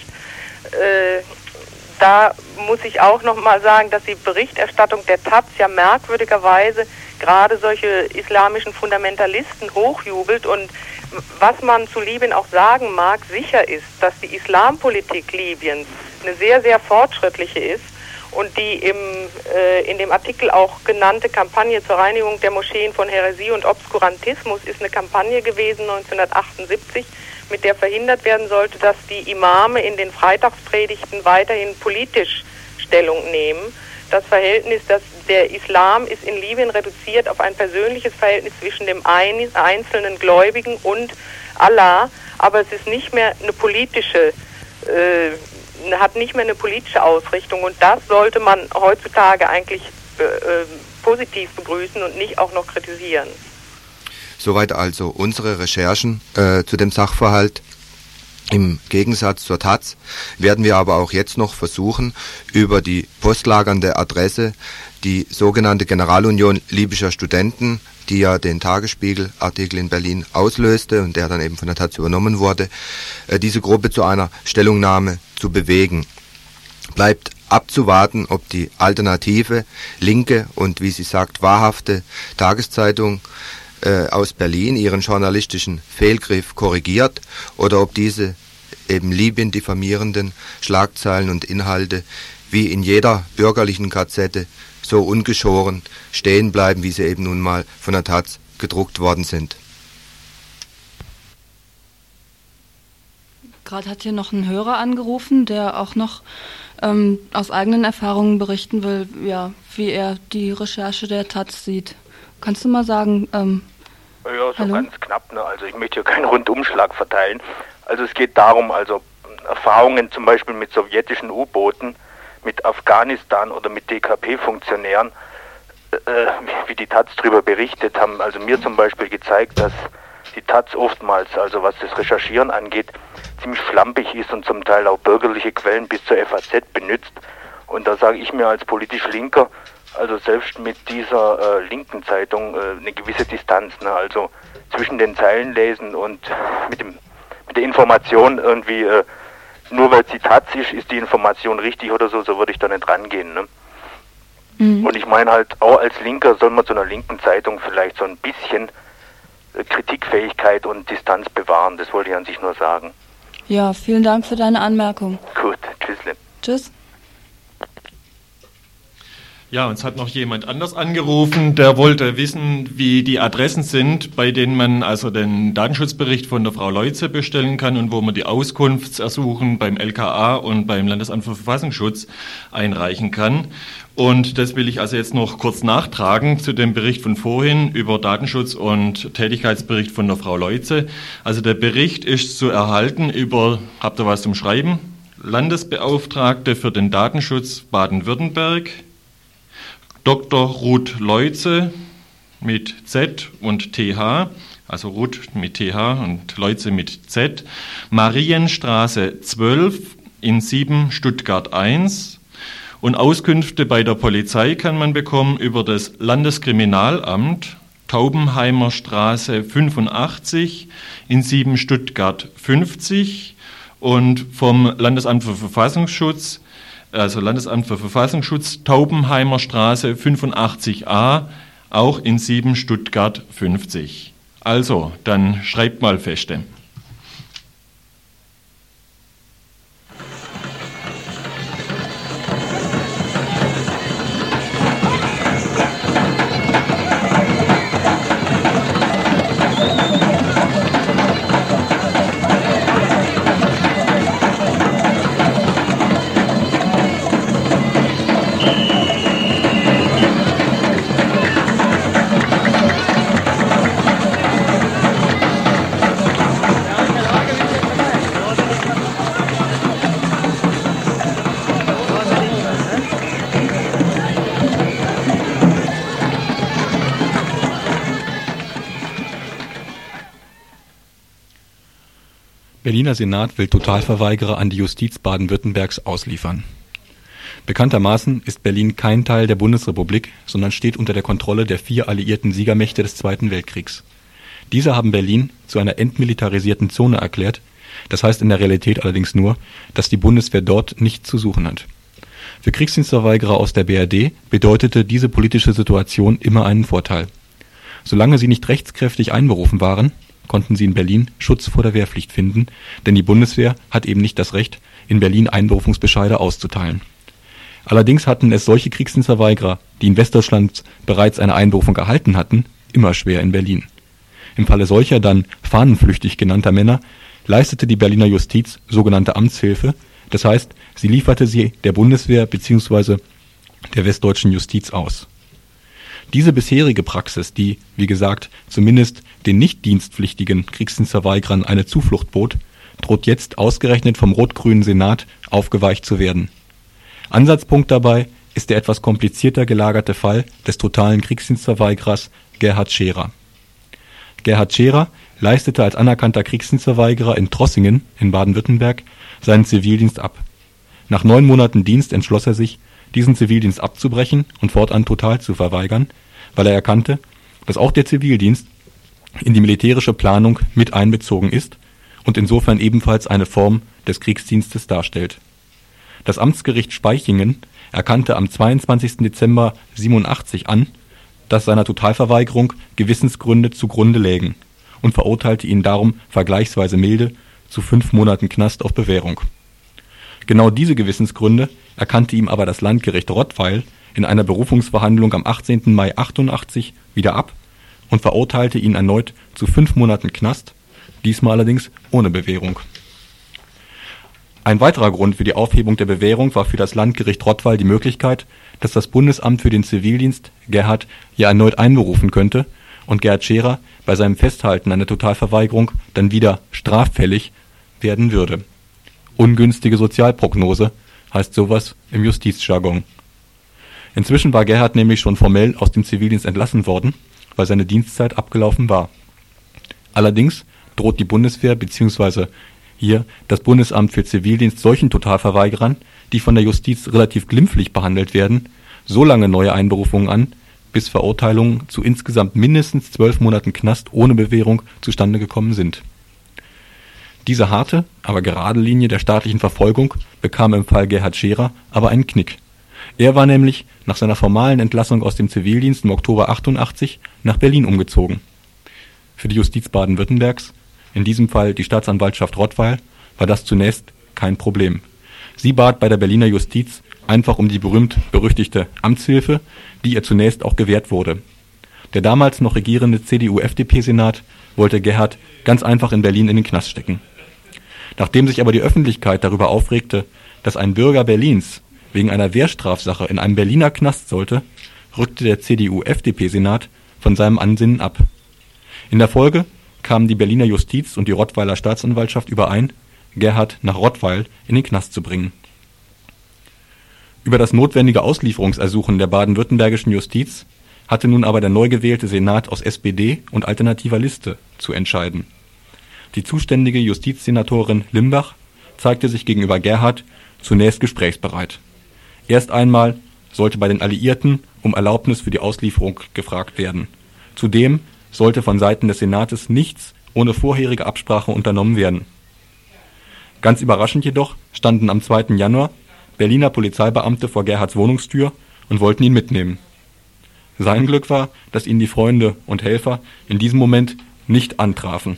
Da muss ich auch nochmal sagen, dass die Berichterstattung der Taz ja merkwürdigerweise gerade solche islamischen Fundamentalisten hochjubelt. Und was man zu Libyen auch sagen mag, sicher ist, dass die Islampolitik Libyens eine sehr, sehr fortschrittliche ist und die in dem Artikel auch genannte Kampagne zur Reinigung der Moscheen von Häresie und Obskurantismus ist eine Kampagne gewesen 1978, mit der verhindert werden sollte, dass die Imame in den Freitagspredigten weiterhin politisch Stellung nehmen. Das Verhältnis, dass der Islam ist in Libyen reduziert auf ein persönliches Verhältnis zwischen dem einzelnen Gläubigen und Allah, aber es ist nicht mehr eine politische, hat nicht mehr eine politische Ausrichtung, und das sollte man heutzutage eigentlich positiv begrüßen und nicht auch noch kritisieren. Soweit also unsere Recherchen zu dem Sachverhalt. Im Gegensatz zur taz werden wir aber auch jetzt noch versuchen, über die postlagernde Adresse, die sogenannte Generalunion libyscher Studenten, die ja den Tagesspiegel-Artikel in Berlin auslöste und der dann eben von der taz übernommen wurde, diese Gruppe zu einer Stellungnahme zu bewegen. Bleibt abzuwarten, ob die alternative, linke und, wie sie sagt, wahrhafte Tageszeitung aus Berlin ihren journalistischen Fehlgriff korrigiert oder ob diese eben Libyen diffamierenden Schlagzeilen und Inhalte wie in jeder bürgerlichen Gazette so ungeschoren stehen bleiben, wie sie eben nun mal von der taz gedruckt worden sind. Gerade hat hier noch ein Hörer angerufen, der auch noch aus eigenen Erfahrungen berichten will, ja, wie er die Recherche der taz sieht. Kannst du mal sagen, ja, so hallo? Ganz knapp, ne? Also ich möchte hier keinen Rundumschlag verteilen. Also es geht darum, also Erfahrungen zum Beispiel mit sowjetischen U-Booten, mit Afghanistan oder mit DKP-Funktionären, wie die taz darüber berichtet haben, also mir zum Beispiel gezeigt, dass die taz oftmals, also was das Recherchieren angeht, ziemlich schlampig ist und zum Teil auch bürgerliche Quellen bis zur FAZ benutzt. Und da sage ich mir als politisch Linker, also selbst mit dieser linken Zeitung eine gewisse Distanz, ne? Also zwischen den Zeilen lesen und mit der Information irgendwie, nur weil sie taz ist die Information richtig oder so würde ich da nicht rangehen, ne? Mhm. Und ich meine halt, auch als Linker soll man zu einer linken Zeitung vielleicht so ein bisschen Kritikfähigkeit und Distanz bewahren, das wollte ich an sich nur sagen. Ja, vielen Dank für deine Anmerkung. Gut, tschüssle. Tschüss. Ja, uns hat noch jemand anders angerufen, der wollte wissen, wie die Adressen sind, bei denen man also den Datenschutzbericht von der Frau Leutze bestellen kann und wo man die Auskunftsersuchen beim LKA und beim Landesamt für Verfassungsschutz einreichen kann. Und das will ich also jetzt noch kurz nachtragen zu dem Bericht von vorhin über Datenschutz und Tätigkeitsbericht von der Frau Leutze. Also der Bericht ist zu erhalten über, habt ihr was zum Schreiben? Landesbeauftragte für den Datenschutz Baden-Württemberg, Dr. Ruth Leutze mit Z und TH, also Ruth mit TH und Leutze mit Z, Marienstraße 12 in 7 Stuttgart 1. Und Auskünfte bei der Polizei kann man bekommen über das Landeskriminalamt, Taubenheimer Straße 85 in 7 Stuttgart 50 und vom Landesamt für Verfassungsschutz, also Landesamt für Verfassungsschutz, Taubenheimer Straße 85a, auch in 7 Stuttgart 50. Also, dann schreibt mal feste. Berliner Senat will Totalverweigerer an die Justiz Baden-Württembergs ausliefern. Bekanntermaßen ist Berlin kein Teil der Bundesrepublik, sondern steht unter der Kontrolle der 4 alliierten Siegermächte des Zweiten Weltkriegs. Diese haben Berlin zu einer entmilitarisierten Zone erklärt, das heißt in der Realität allerdings nur, dass die Bundeswehr dort nichts zu suchen hat. Für Kriegsdienstverweigerer aus der BRD bedeutete diese politische Situation immer einen Vorteil. Solange sie nicht rechtskräftig einberufen waren, konnten sie in Berlin Schutz vor der Wehrpflicht finden, denn die Bundeswehr hat eben nicht das Recht, in Berlin Einberufungsbescheide auszuteilen. Allerdings hatten es solche Kriegsdienstverweigerer, die in Westdeutschland bereits eine Einberufung erhalten hatten, immer schwer in Berlin. Im Falle solcher dann fahnenflüchtig genannter Männer leistete die Berliner Justiz sogenannte Amtshilfe, das heißt, sie lieferte sie der Bundeswehr bzw. der westdeutschen Justiz aus. Diese bisherige Praxis, die, wie gesagt, zumindest den nicht dienstpflichtigen Kriegsdienstverweigerern eine Zuflucht bot, droht jetzt ausgerechnet vom rot-grünen Senat aufgeweicht zu werden. Ansatzpunkt dabei ist der etwas komplizierter gelagerte Fall des totalen Kriegsdienstverweigerers Gerhard Scherer. Gerhard Scherer leistete als anerkannter Kriegsdienstverweigerer in Trossingen in Baden-Württemberg seinen Zivildienst ab. Nach 9 Monaten Dienst entschloss er sich, diesen Zivildienst abzubrechen und fortan total zu verweigern, weil er erkannte, dass auch der Zivildienst in die militärische Planung mit einbezogen ist und insofern ebenfalls eine Form des Kriegsdienstes darstellt. Das Amtsgericht Spaichingen erkannte am 22. Dezember 87 an, dass seiner Totalverweigerung Gewissensgründe zugrunde lägen und verurteilte ihn darum vergleichsweise milde zu 5 Monaten Knast auf Bewährung. Genau diese Gewissensgründe erkannte ihm aber das Landgericht Rottweil in einer Berufungsverhandlung am 18. Mai 88 wieder ab und verurteilte ihn erneut zu 5 Monaten Knast, diesmal allerdings ohne Bewährung. Ein weiterer Grund für die Aufhebung der Bewährung war für das Landgericht Rottweil die Möglichkeit, dass das Bundesamt für den Zivildienst Gerhard ja erneut einberufen könnte und Gerhard Scherer bei seinem Festhalten an der Totalverweigerung dann wieder straffällig werden würde. Ungünstige Sozialprognose heißt sowas im Justizjargon. Inzwischen war Gerhard nämlich schon formell aus dem Zivildienst entlassen worden, weil seine Dienstzeit abgelaufen war. Allerdings droht die Bundeswehr bzw. hier das Bundesamt für Zivildienst solchen Totalverweigerern, die von der Justiz relativ glimpflich behandelt werden, so lange neue Einberufungen an, bis Verurteilungen zu insgesamt mindestens 12 Monaten Knast ohne Bewährung zustande gekommen sind. Diese harte, aber gerade Linie der staatlichen Verfolgung bekam im Fall Gerhard Scherer aber einen Knick. Er war nämlich nach seiner formalen Entlassung aus dem Zivildienst im Oktober 88 nach Berlin umgezogen. Für die Justiz Baden-Württembergs, in diesem Fall die Staatsanwaltschaft Rottweil, war das zunächst kein Problem. Sie bat bei der Berliner Justiz einfach um die berühmt-berüchtigte Amtshilfe, die ihr zunächst auch gewährt wurde. Der damals noch regierende CDU-FDP-Senat wollte Gerhard ganz einfach in Berlin in den Knast stecken. Nachdem sich aber die Öffentlichkeit darüber aufregte, dass ein Bürger Berlins wegen einer Wehrstrafsache in einem Berliner Knast sollte, rückte der CDU-FDP-Senat von seinem Ansinnen ab. In der Folge kamen die Berliner Justiz und die Rottweiler Staatsanwaltschaft überein, Gerhard nach Rottweil in den Knast zu bringen. Über das notwendige Auslieferungsersuchen der baden-württembergischen Justiz hatte nun aber der neu gewählte Senat aus SPD und alternativer Liste zu entscheiden. Die zuständige Justizsenatorin Limbach zeigte sich gegenüber Gerhard zunächst gesprächsbereit. Erst einmal sollte bei den Alliierten um Erlaubnis für die Auslieferung gefragt werden. Zudem sollte von Seiten des Senates nichts ohne vorherige Absprache unternommen werden. Ganz überraschend jedoch standen am 2. Januar Berliner Polizeibeamte vor Gerhards Wohnungstür und wollten ihn mitnehmen. Sein Glück war, dass ihn die Freunde und Helfer in diesem Moment nicht antrafen.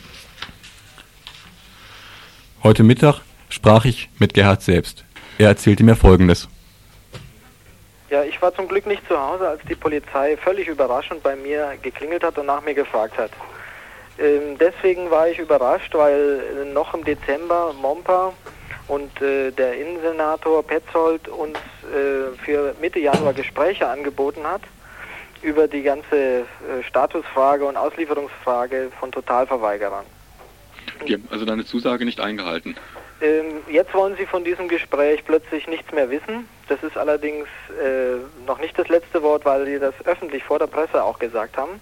Heute Mittag sprach ich mit Gerhard selbst. Er erzählte mir Folgendes. Ja, ich war zum Glück nicht zu Hause, als die Polizei völlig überraschend bei mir geklingelt hat und nach mir gefragt hat. Deswegen war ich überrascht, weil noch im Dezember Momper und der Innensenator Petzold uns für Mitte Januar Gespräche angeboten hat über die ganze Statusfrage und Auslieferungsfrage von Totalverweigerern. Die haben also deine Zusage nicht eingehalten? Jetzt wollen sie von diesem Gespräch plötzlich nichts mehr wissen. Das ist allerdings noch nicht das letzte Wort, weil sie das öffentlich vor der Presse auch gesagt haben.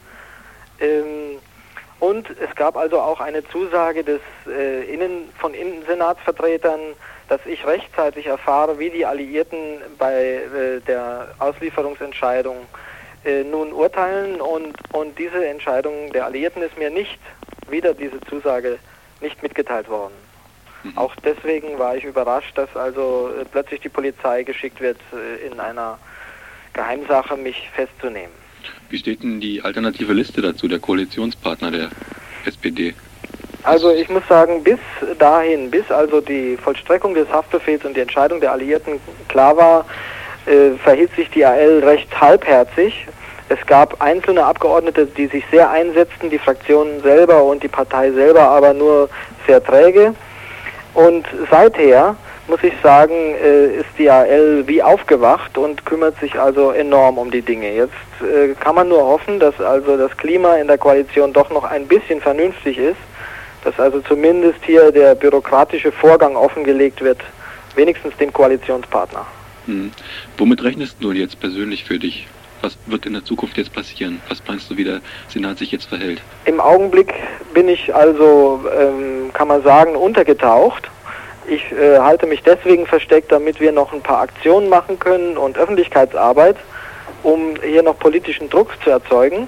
Und es gab also auch eine Zusage von Innensenatsvertretern, dass ich rechtzeitig erfahre, wie die Alliierten bei der Auslieferungsentscheidung nun urteilen. Und diese Entscheidung der Alliierten ist mir nicht, wieder diese Zusage, nicht mitgeteilt worden. Auch deswegen war ich überrascht, dass also plötzlich die Polizei geschickt wird, in einer Geheimsache mich festzunehmen. Wie steht denn die alternative Liste dazu, der Koalitionspartner der SPD? Also ich muss sagen, bis also die Vollstreckung des Haftbefehls und die Entscheidung der Alliierten klar war, verhielt sich die AL recht halbherzig. Es gab einzelne Abgeordnete, die sich sehr einsetzten, die Fraktionen selber und die Partei selber aber nur sehr träge. Und seither, muss ich sagen, ist die AL wie aufgewacht und kümmert sich also enorm um die Dinge. Jetzt kann man nur hoffen, dass also das Klima in der Koalition doch noch ein bisschen vernünftig ist, dass also zumindest hier der bürokratische Vorgang offengelegt wird, wenigstens dem Koalitionspartner. Womit rechnest du jetzt persönlich für dich? Was wird in der Zukunft jetzt passieren? Was meinst du, wie der Senat sich jetzt verhält? Im Augenblick bin ich also, kann man sagen, untergetaucht. Ich halte mich deswegen versteckt, damit wir noch ein paar Aktionen machen können und Öffentlichkeitsarbeit, um hier noch politischen Druck zu erzeugen.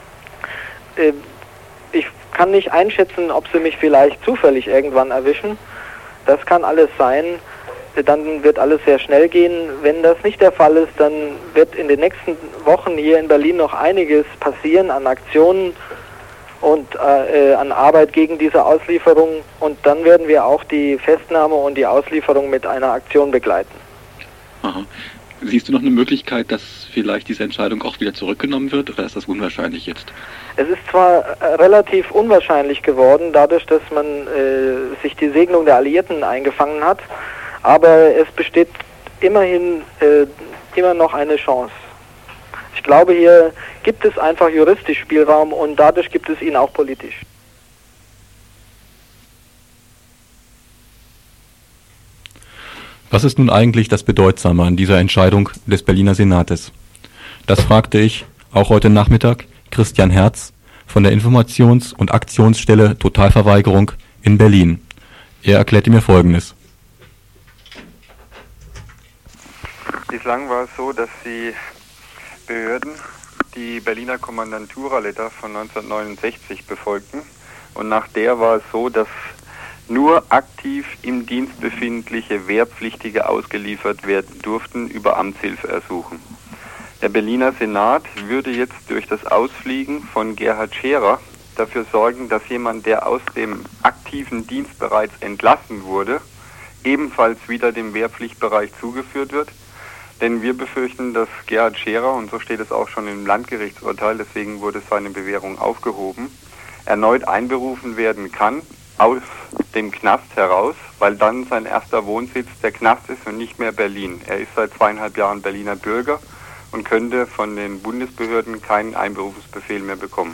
Ich kann nicht einschätzen, ob sie mich vielleicht zufällig irgendwann erwischen. Das kann alles sein. Dann wird alles sehr schnell gehen. Wenn das nicht der Fall ist, dann wird in den nächsten Wochen hier in Berlin noch einiges passieren an Aktionen und an Arbeit gegen diese Auslieferung. Und dann werden wir auch die Festnahme und die Auslieferung mit einer Aktion begleiten. Aha. Siehst du noch eine Möglichkeit, dass vielleicht diese Entscheidung auch wieder zurückgenommen wird, oder ist das unwahrscheinlich jetzt? Es ist zwar relativ unwahrscheinlich geworden, dadurch, dass man sich die Segnung der Alliierten eingefangen hat, aber es besteht immerhin immer noch eine Chance. Ich glaube, hier gibt es einfach juristisch Spielraum und dadurch gibt es ihn auch politisch. Was ist nun eigentlich das Bedeutsame an dieser Entscheidung des Berliner Senates? Das fragte ich auch heute Nachmittag Christian Herz von der Informations- und Aktionsstelle Totalverweigerung in Berlin. Er erklärte mir Folgendes. Bislang war es so, dass die Behörden die Berliner Kommandantura-Letter von 1969 befolgten. Und nach der war es so, dass nur aktiv im Dienst befindliche Wehrpflichtige ausgeliefert werden durften über Amtshilfeersuchen. Der Berliner Senat würde jetzt durch das Ausfliegen von Gerhard Scherer dafür sorgen, dass jemand, der aus dem aktiven Dienst bereits entlassen wurde, ebenfalls wieder dem Wehrpflichtbereich zugeführt wird. Denn wir befürchten, dass Gerhard Scherer, und so steht es auch schon im Landgerichtsurteil, deswegen wurde seine Bewährung aufgehoben, erneut einberufen werden kann aus dem Knast heraus, weil dann sein erster Wohnsitz der Knast ist und nicht mehr Berlin. Er ist seit 2,5 Jahren Berliner Bürger und könnte von den Bundesbehörden keinen Einberufungsbefehl mehr bekommen.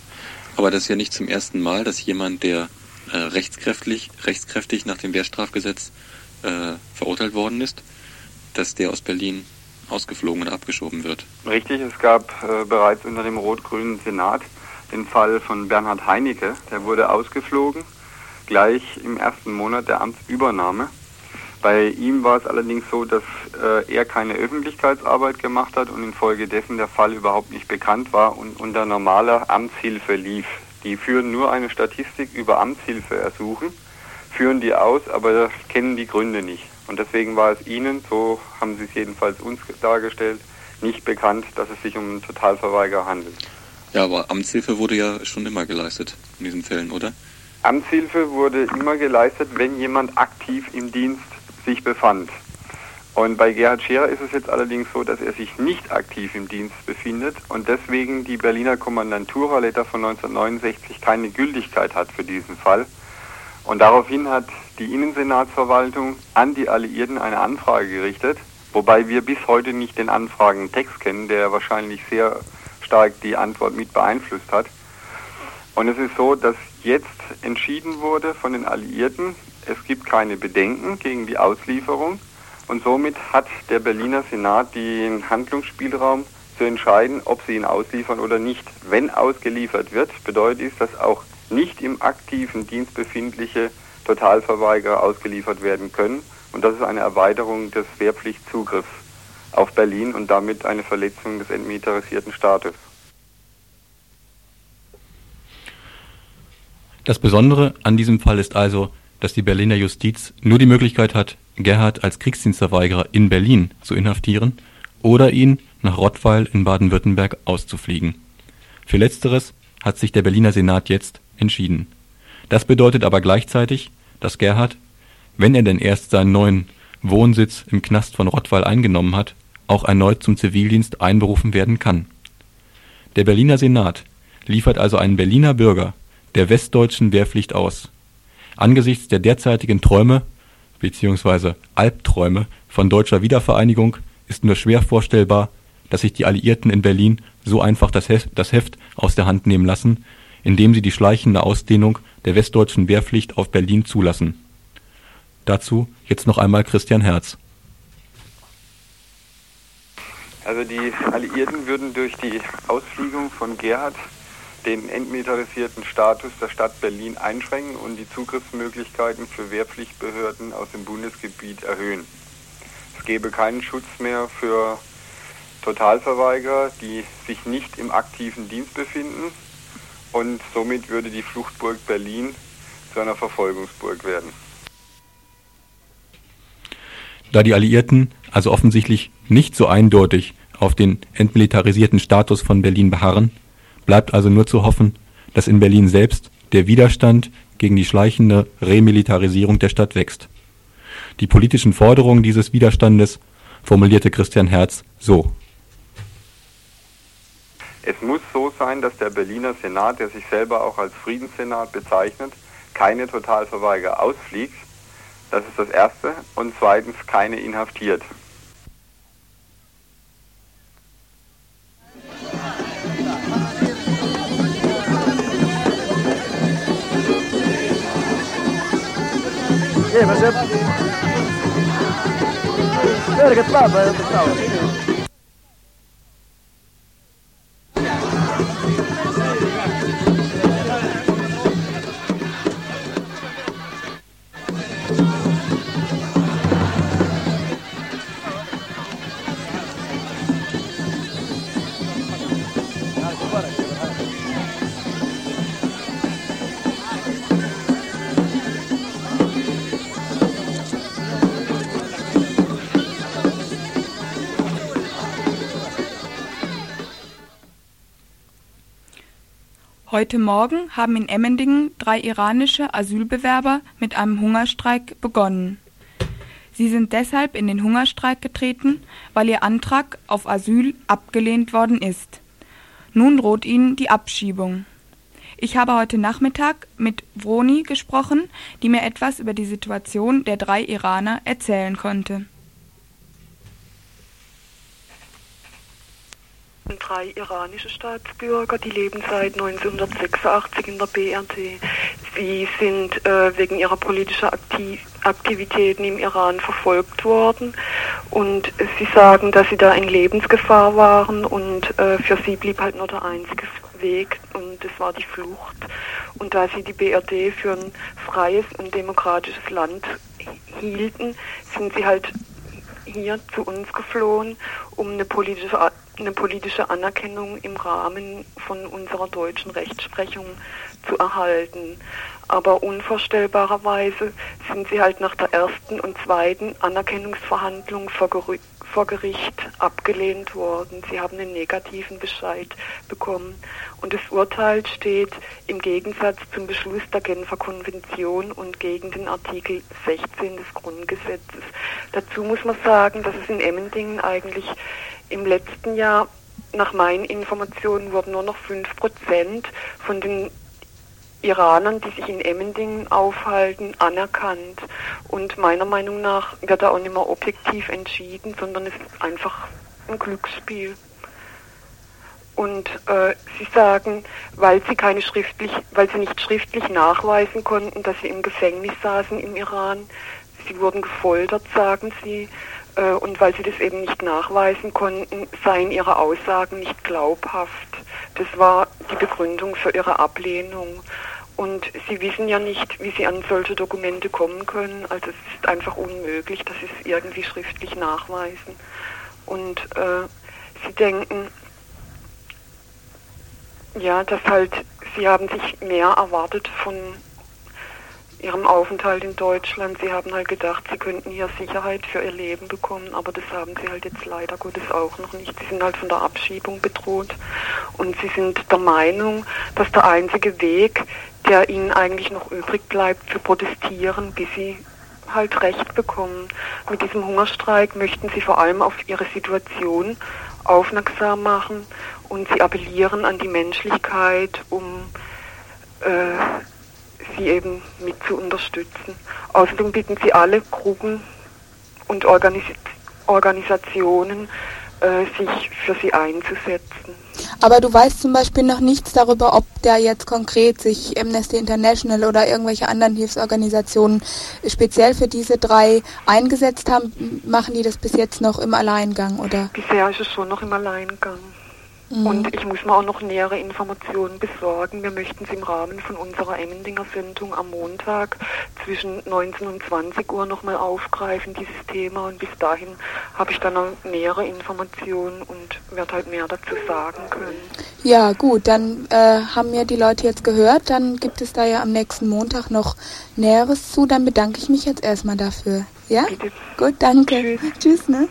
Aber das ist ja nicht zum ersten Mal, dass jemand, der rechtskräftig nach dem Wehrstrafgesetz verurteilt worden ist, dass der aus Berlin ausgeflogen oder abgeschoben wird. Richtig, es gab bereits unter dem rot-grünen Senat den Fall von Bernhard Heinecke. Der wurde ausgeflogen, gleich im ersten Monat der Amtsübernahme. Bei ihm war es allerdings so, dass er keine Öffentlichkeitsarbeit gemacht hat und infolgedessen der Fall überhaupt nicht bekannt war und unter normaler Amtshilfe lief. Die führen nur eine Statistik über Amtshilfeersuchen, führen die aus, aber kennen die Gründe nicht. Und deswegen war es Ihnen, so haben Sie es jedenfalls uns dargestellt, nicht bekannt, dass es sich um einen Totalverweigerer handelt. Ja, aber Amtshilfe wurde ja schon immer geleistet in diesen Fällen, oder? Amtshilfe wurde immer geleistet, wenn jemand aktiv im Dienst sich befand. Und bei Gerhard Scherer ist es jetzt allerdings so, dass er sich nicht aktiv im Dienst befindet und deswegen die Berliner Kommandantura-Letter von 1969 keine Gültigkeit hat für diesen Fall. Und daraufhin hat die Innensenatsverwaltung an die Alliierten eine Anfrage gerichtet, wobei wir bis heute nicht den Anfragentext kennen, der wahrscheinlich sehr stark die Antwort mit beeinflusst hat. Und es ist so, dass jetzt entschieden wurde von den Alliierten, es gibt keine Bedenken gegen die Auslieferung und somit hat der Berliner Senat den Handlungsspielraum zu entscheiden, ob sie ihn ausliefern oder nicht. Wenn ausgeliefert wird, bedeutet es, dass auch nicht im aktiven Dienst befindliche Totalverweigerer ausgeliefert werden können. Und das ist eine Erweiterung des Wehrpflichtzugriffs auf Berlin und damit eine Verletzung des entmilitarisierten Staates. Das Besondere an diesem Fall ist also, dass die Berliner Justiz nur die Möglichkeit hat, Gerhard als Kriegsdienstverweigerer in Berlin zu inhaftieren oder ihn nach Rottweil in Baden-Württemberg auszufliegen. Für Letzteres hat sich der Berliner Senat jetzt entschieden. Das bedeutet aber gleichzeitig, dass Gerhard, wenn er denn erst seinen neuen Wohnsitz im Knast von Rottweil eingenommen hat, auch erneut zum Zivildienst einberufen werden kann. Der Berliner Senat liefert also einen Berliner Bürger der westdeutschen Wehrpflicht aus. Angesichts der derzeitigen Träume bzw. Albträume von deutscher Wiedervereinigung ist nur schwer vorstellbar, dass sich die Alliierten in Berlin so einfach das Heft aus der Hand nehmen lassen, indem sie die schleichende Ausdehnung der westdeutschen Wehrpflicht auf Berlin zulassen. Dazu jetzt noch einmal Christian Herz. Also die Alliierten würden durch die Ausfliegung von Gerhard den entmilitarisierten Status der Stadt Berlin einschränken und die Zugriffsmöglichkeiten für Wehrpflichtbehörden aus dem Bundesgebiet erhöhen. Es gäbe keinen Schutz mehr für Totalverweigerer, die sich nicht im aktiven Dienst befinden, und somit würde die Fluchtburg Berlin zu einer Verfolgungsburg werden. Da die Alliierten also offensichtlich nicht so eindeutig auf den entmilitarisierten Status von Berlin beharren, bleibt also nur zu hoffen, dass in Berlin selbst der Widerstand gegen die schleichende Remilitarisierung der Stadt wächst. Die politischen Forderungen dieses Widerstandes formulierte Christian Herz so: Es muss so sein, dass der Berliner Senat, der sich selber auch als Friedenssenat bezeichnet, keine Totalverweigerer ausfliegt. Das ist das Erste. Und zweitens keine inhaftiert. Heute Morgen haben in Emmendingen 3 iranische Asylbewerber mit einem Hungerstreik begonnen. Sie sind deshalb in den Hungerstreik getreten, weil ihr Antrag auf Asyl abgelehnt worden ist. Nun droht ihnen die Abschiebung. Ich habe heute Nachmittag mit Vroni gesprochen, die mir etwas über die Situation der 3 Iraner erzählen konnte. 3 iranische Staatsbürger, die leben seit 1986 in der BRD. Sie sind wegen ihrer politischen Aktivitäten im Iran verfolgt worden und sie sagen, dass sie da in Lebensgefahr waren und für sie blieb halt nur der einzige Weg und das war die Flucht. Und da sie die BRD für ein freies und demokratisches Land hielten, sind sie halt hier zu uns geflohen, um eine politische Anerkennung im Rahmen von unserer deutschen Rechtsprechung zu erhalten. Aber unvorstellbarerweise sind sie halt nach der ersten und zweiten Anerkennungsverhandlung vor Gericht abgelehnt worden. Sie haben einen negativen Bescheid bekommen. Und das Urteil steht im Gegensatz zum Beschluss der Genfer Konvention und gegen den Artikel 16 des Grundgesetzes. Dazu muss man sagen, dass es in Emmendingen eigentlich im letzten Jahr, nach meinen Informationen, wurden nur noch 5% von den Iranern, die sich in Emmendingen aufhalten, anerkannt. Und meiner Meinung nach wird da auch nicht mehr objektiv entschieden, sondern es ist einfach ein Glücksspiel. Und sie sagen, weil sie nicht schriftlich nachweisen konnten, dass sie im Gefängnis saßen im Iran, sie wurden gefoltert, sagen sie, und weil sie das eben nicht nachweisen konnten, seien ihre Aussagen nicht glaubhaft. Das war die Begründung für ihre Ablehnung. Und sie wissen ja nicht, wie sie an solche Dokumente kommen können. Also es ist einfach unmöglich, dass sie es irgendwie schriftlich nachweisen. Und sie denken, ja, dass halt, sie haben sich mehr erwartet von ihrem Aufenthalt in Deutschland. Sie haben halt gedacht, sie könnten hier Sicherheit für ihr Leben bekommen, aber das haben sie halt jetzt leider Gottes auch noch nicht. Sie sind halt von der Abschiebung bedroht und sie sind der Meinung, dass der einzige Weg, der ihnen eigentlich noch übrig bleibt, zu protestieren, bis sie halt Recht bekommen. Mit diesem Hungerstreik möchten sie vor allem auf ihre Situation aufmerksam machen und sie appellieren an die Menschlichkeit, um sie eben mit zu unterstützen. Außerdem bitten sie alle Gruppen und Organisationen, sich für sie einzusetzen. Aber du weißt zum Beispiel noch nichts darüber, ob da jetzt konkret sich Amnesty International oder irgendwelche anderen Hilfsorganisationen speziell für diese 3 eingesetzt haben. Machen die das bis jetzt noch im Alleingang, oder? Bisher ist es schon noch im Alleingang. Und ich muss mir auch noch nähere Informationen besorgen. Wir möchten sie im Rahmen von unserer Emmendinger Sendung am Montag zwischen 19 und 20 Uhr nochmal aufgreifen, dieses Thema. Und bis dahin habe ich dann noch nähere Informationen und werde halt mehr dazu sagen können. Ja, gut, dann haben wir die Leute jetzt gehört. Dann gibt es da ja am nächsten Montag noch Näheres zu. Dann bedanke ich mich jetzt erstmal dafür. Ja? Bitte. Gut, danke. Tschüss, ne?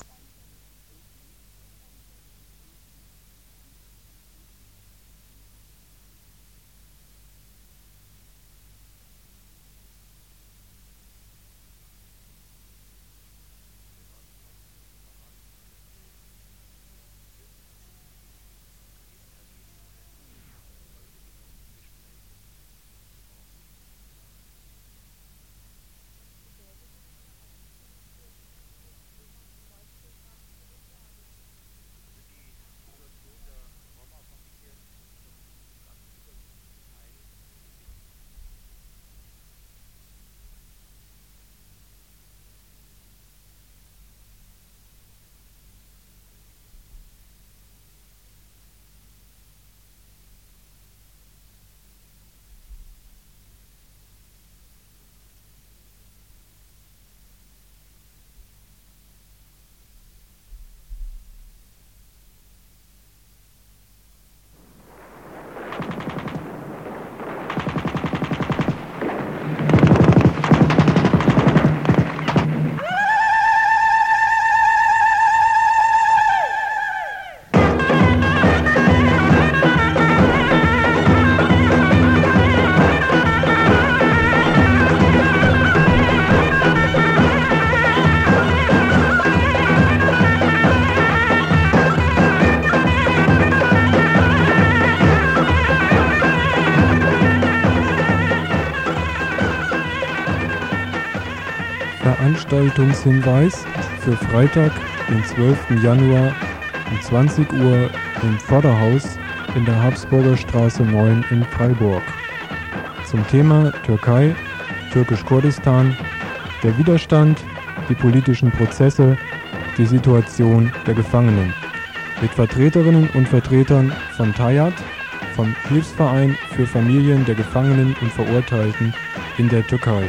Veranstaltungshinweis für Freitag, den 12. Januar um 20 Uhr im Vorderhaus in der Habsburger Straße 9 in Freiburg. Zum Thema Türkei, Türkisch-Kurdistan, der Widerstand, die politischen Prozesse, die Situation der Gefangenen. Mit Vertreterinnen und Vertretern von TAYAT, vom Hilfsverein für Familien der Gefangenen und Verurteilten in der Türkei.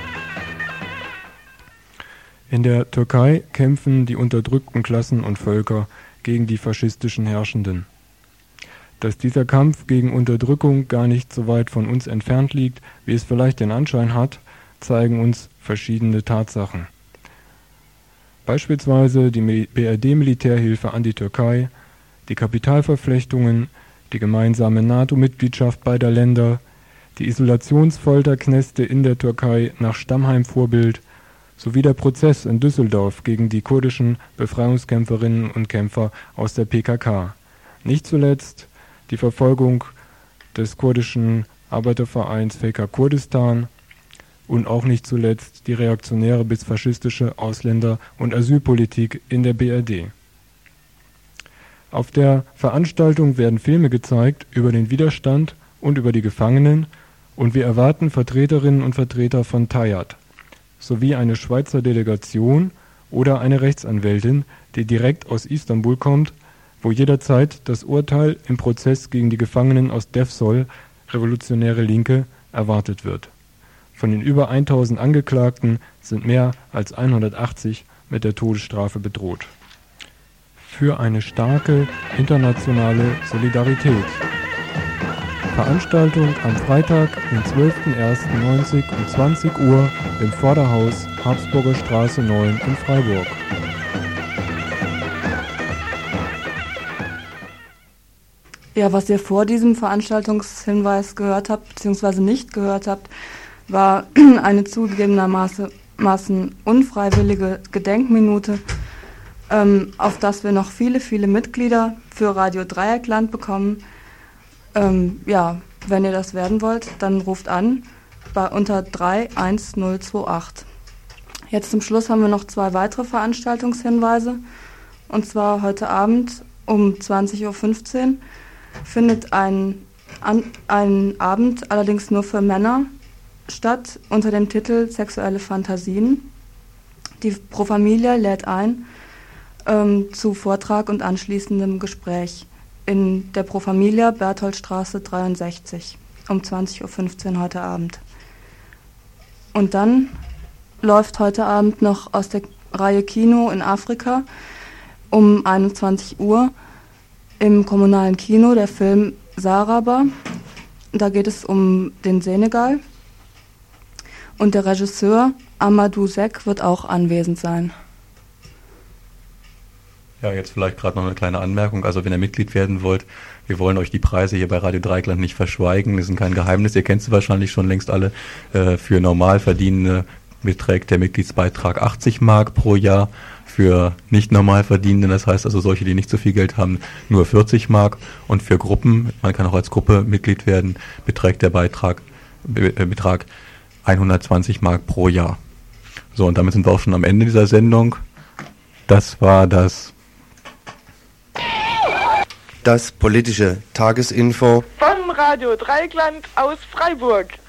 In der Türkei kämpfen die unterdrückten Klassen und Völker gegen die faschistischen Herrschenden. Dass dieser Kampf gegen Unterdrückung gar nicht so weit von uns entfernt liegt, wie es vielleicht den Anschein hat, zeigen uns verschiedene Tatsachen. Beispielsweise die BRD-Militärhilfe an die Türkei, die Kapitalverflechtungen, die gemeinsame NATO-Mitgliedschaft beider Länder, die Isolationsfolterknäste in der Türkei nach Stammheim-Vorbild sowie der Prozess in Düsseldorf gegen die kurdischen Befreiungskämpferinnen und Kämpfer aus der PKK. Nicht zuletzt die Verfolgung des kurdischen Arbeitervereins FK Kurdistan und auch nicht zuletzt die reaktionäre bis faschistische Ausländer- und Asylpolitik in der BRD. Auf der Veranstaltung werden Filme gezeigt über den Widerstand und über die Gefangenen und wir erwarten Vertreterinnen und Vertreter von TAYAT sowie eine Schweizer Delegation oder eine Rechtsanwältin, die direkt aus Istanbul kommt, wo jederzeit das Urteil im Prozess gegen die Gefangenen aus Defsol, Revolutionäre Linke, erwartet wird. Von den über 1000 Angeklagten sind mehr als 180 mit der Todesstrafe bedroht. Für eine starke internationale Solidarität. Veranstaltung am Freitag, den 12.01.90 um 20 Uhr im Vorderhaus Habsburger Straße 9 in Freiburg. Ja, was ihr vor diesem Veranstaltungshinweis gehört habt, beziehungsweise nicht gehört habt, war eine zugegebenermaßen unfreiwillige Gedenkminute auf das wir noch viele, viele Mitglieder für Radio Dreieckland bekommen. Ja, wenn ihr das werden wollt, dann ruft an unter 31028. Jetzt zum Schluss haben wir noch 2 weitere Veranstaltungshinweise. Und zwar heute Abend um 20.15 Uhr findet ein Abend, allerdings nur für Männer, statt unter dem Titel Sexuelle Fantasien. Die Pro Familia lädt ein zu Vortrag und anschließendem Gespräch in der Pro Familia Bertholdstraße 63 um 20.15 Uhr heute Abend. Und dann läuft heute Abend noch aus der Reihe Kino in Afrika um 21 Uhr im kommunalen Kino der Film Saraba. Da geht es um den Senegal. Und der Regisseur Amadou Seck wird auch anwesend sein. Ja, jetzt vielleicht gerade noch eine kleine Anmerkung. Also wenn ihr Mitglied werden wollt, wir wollen euch die Preise hier bei Radio Dreieckland nicht verschweigen. Das ist kein Geheimnis. Ihr kennt sie wahrscheinlich schon längst alle. Für Normalverdienende beträgt der Mitgliedsbeitrag 80 Mark pro Jahr. Für nicht Normalverdienende, das heißt also solche, die nicht so viel Geld haben, nur 40 Mark. Und für Gruppen, man kann auch als Gruppe Mitglied werden, beträgt der Betrag 120 Mark pro Jahr. So, und damit sind wir auch schon am Ende dieser Sendung. Das war das politische Tagesinfo von Radio Dreieckland aus Freiburg.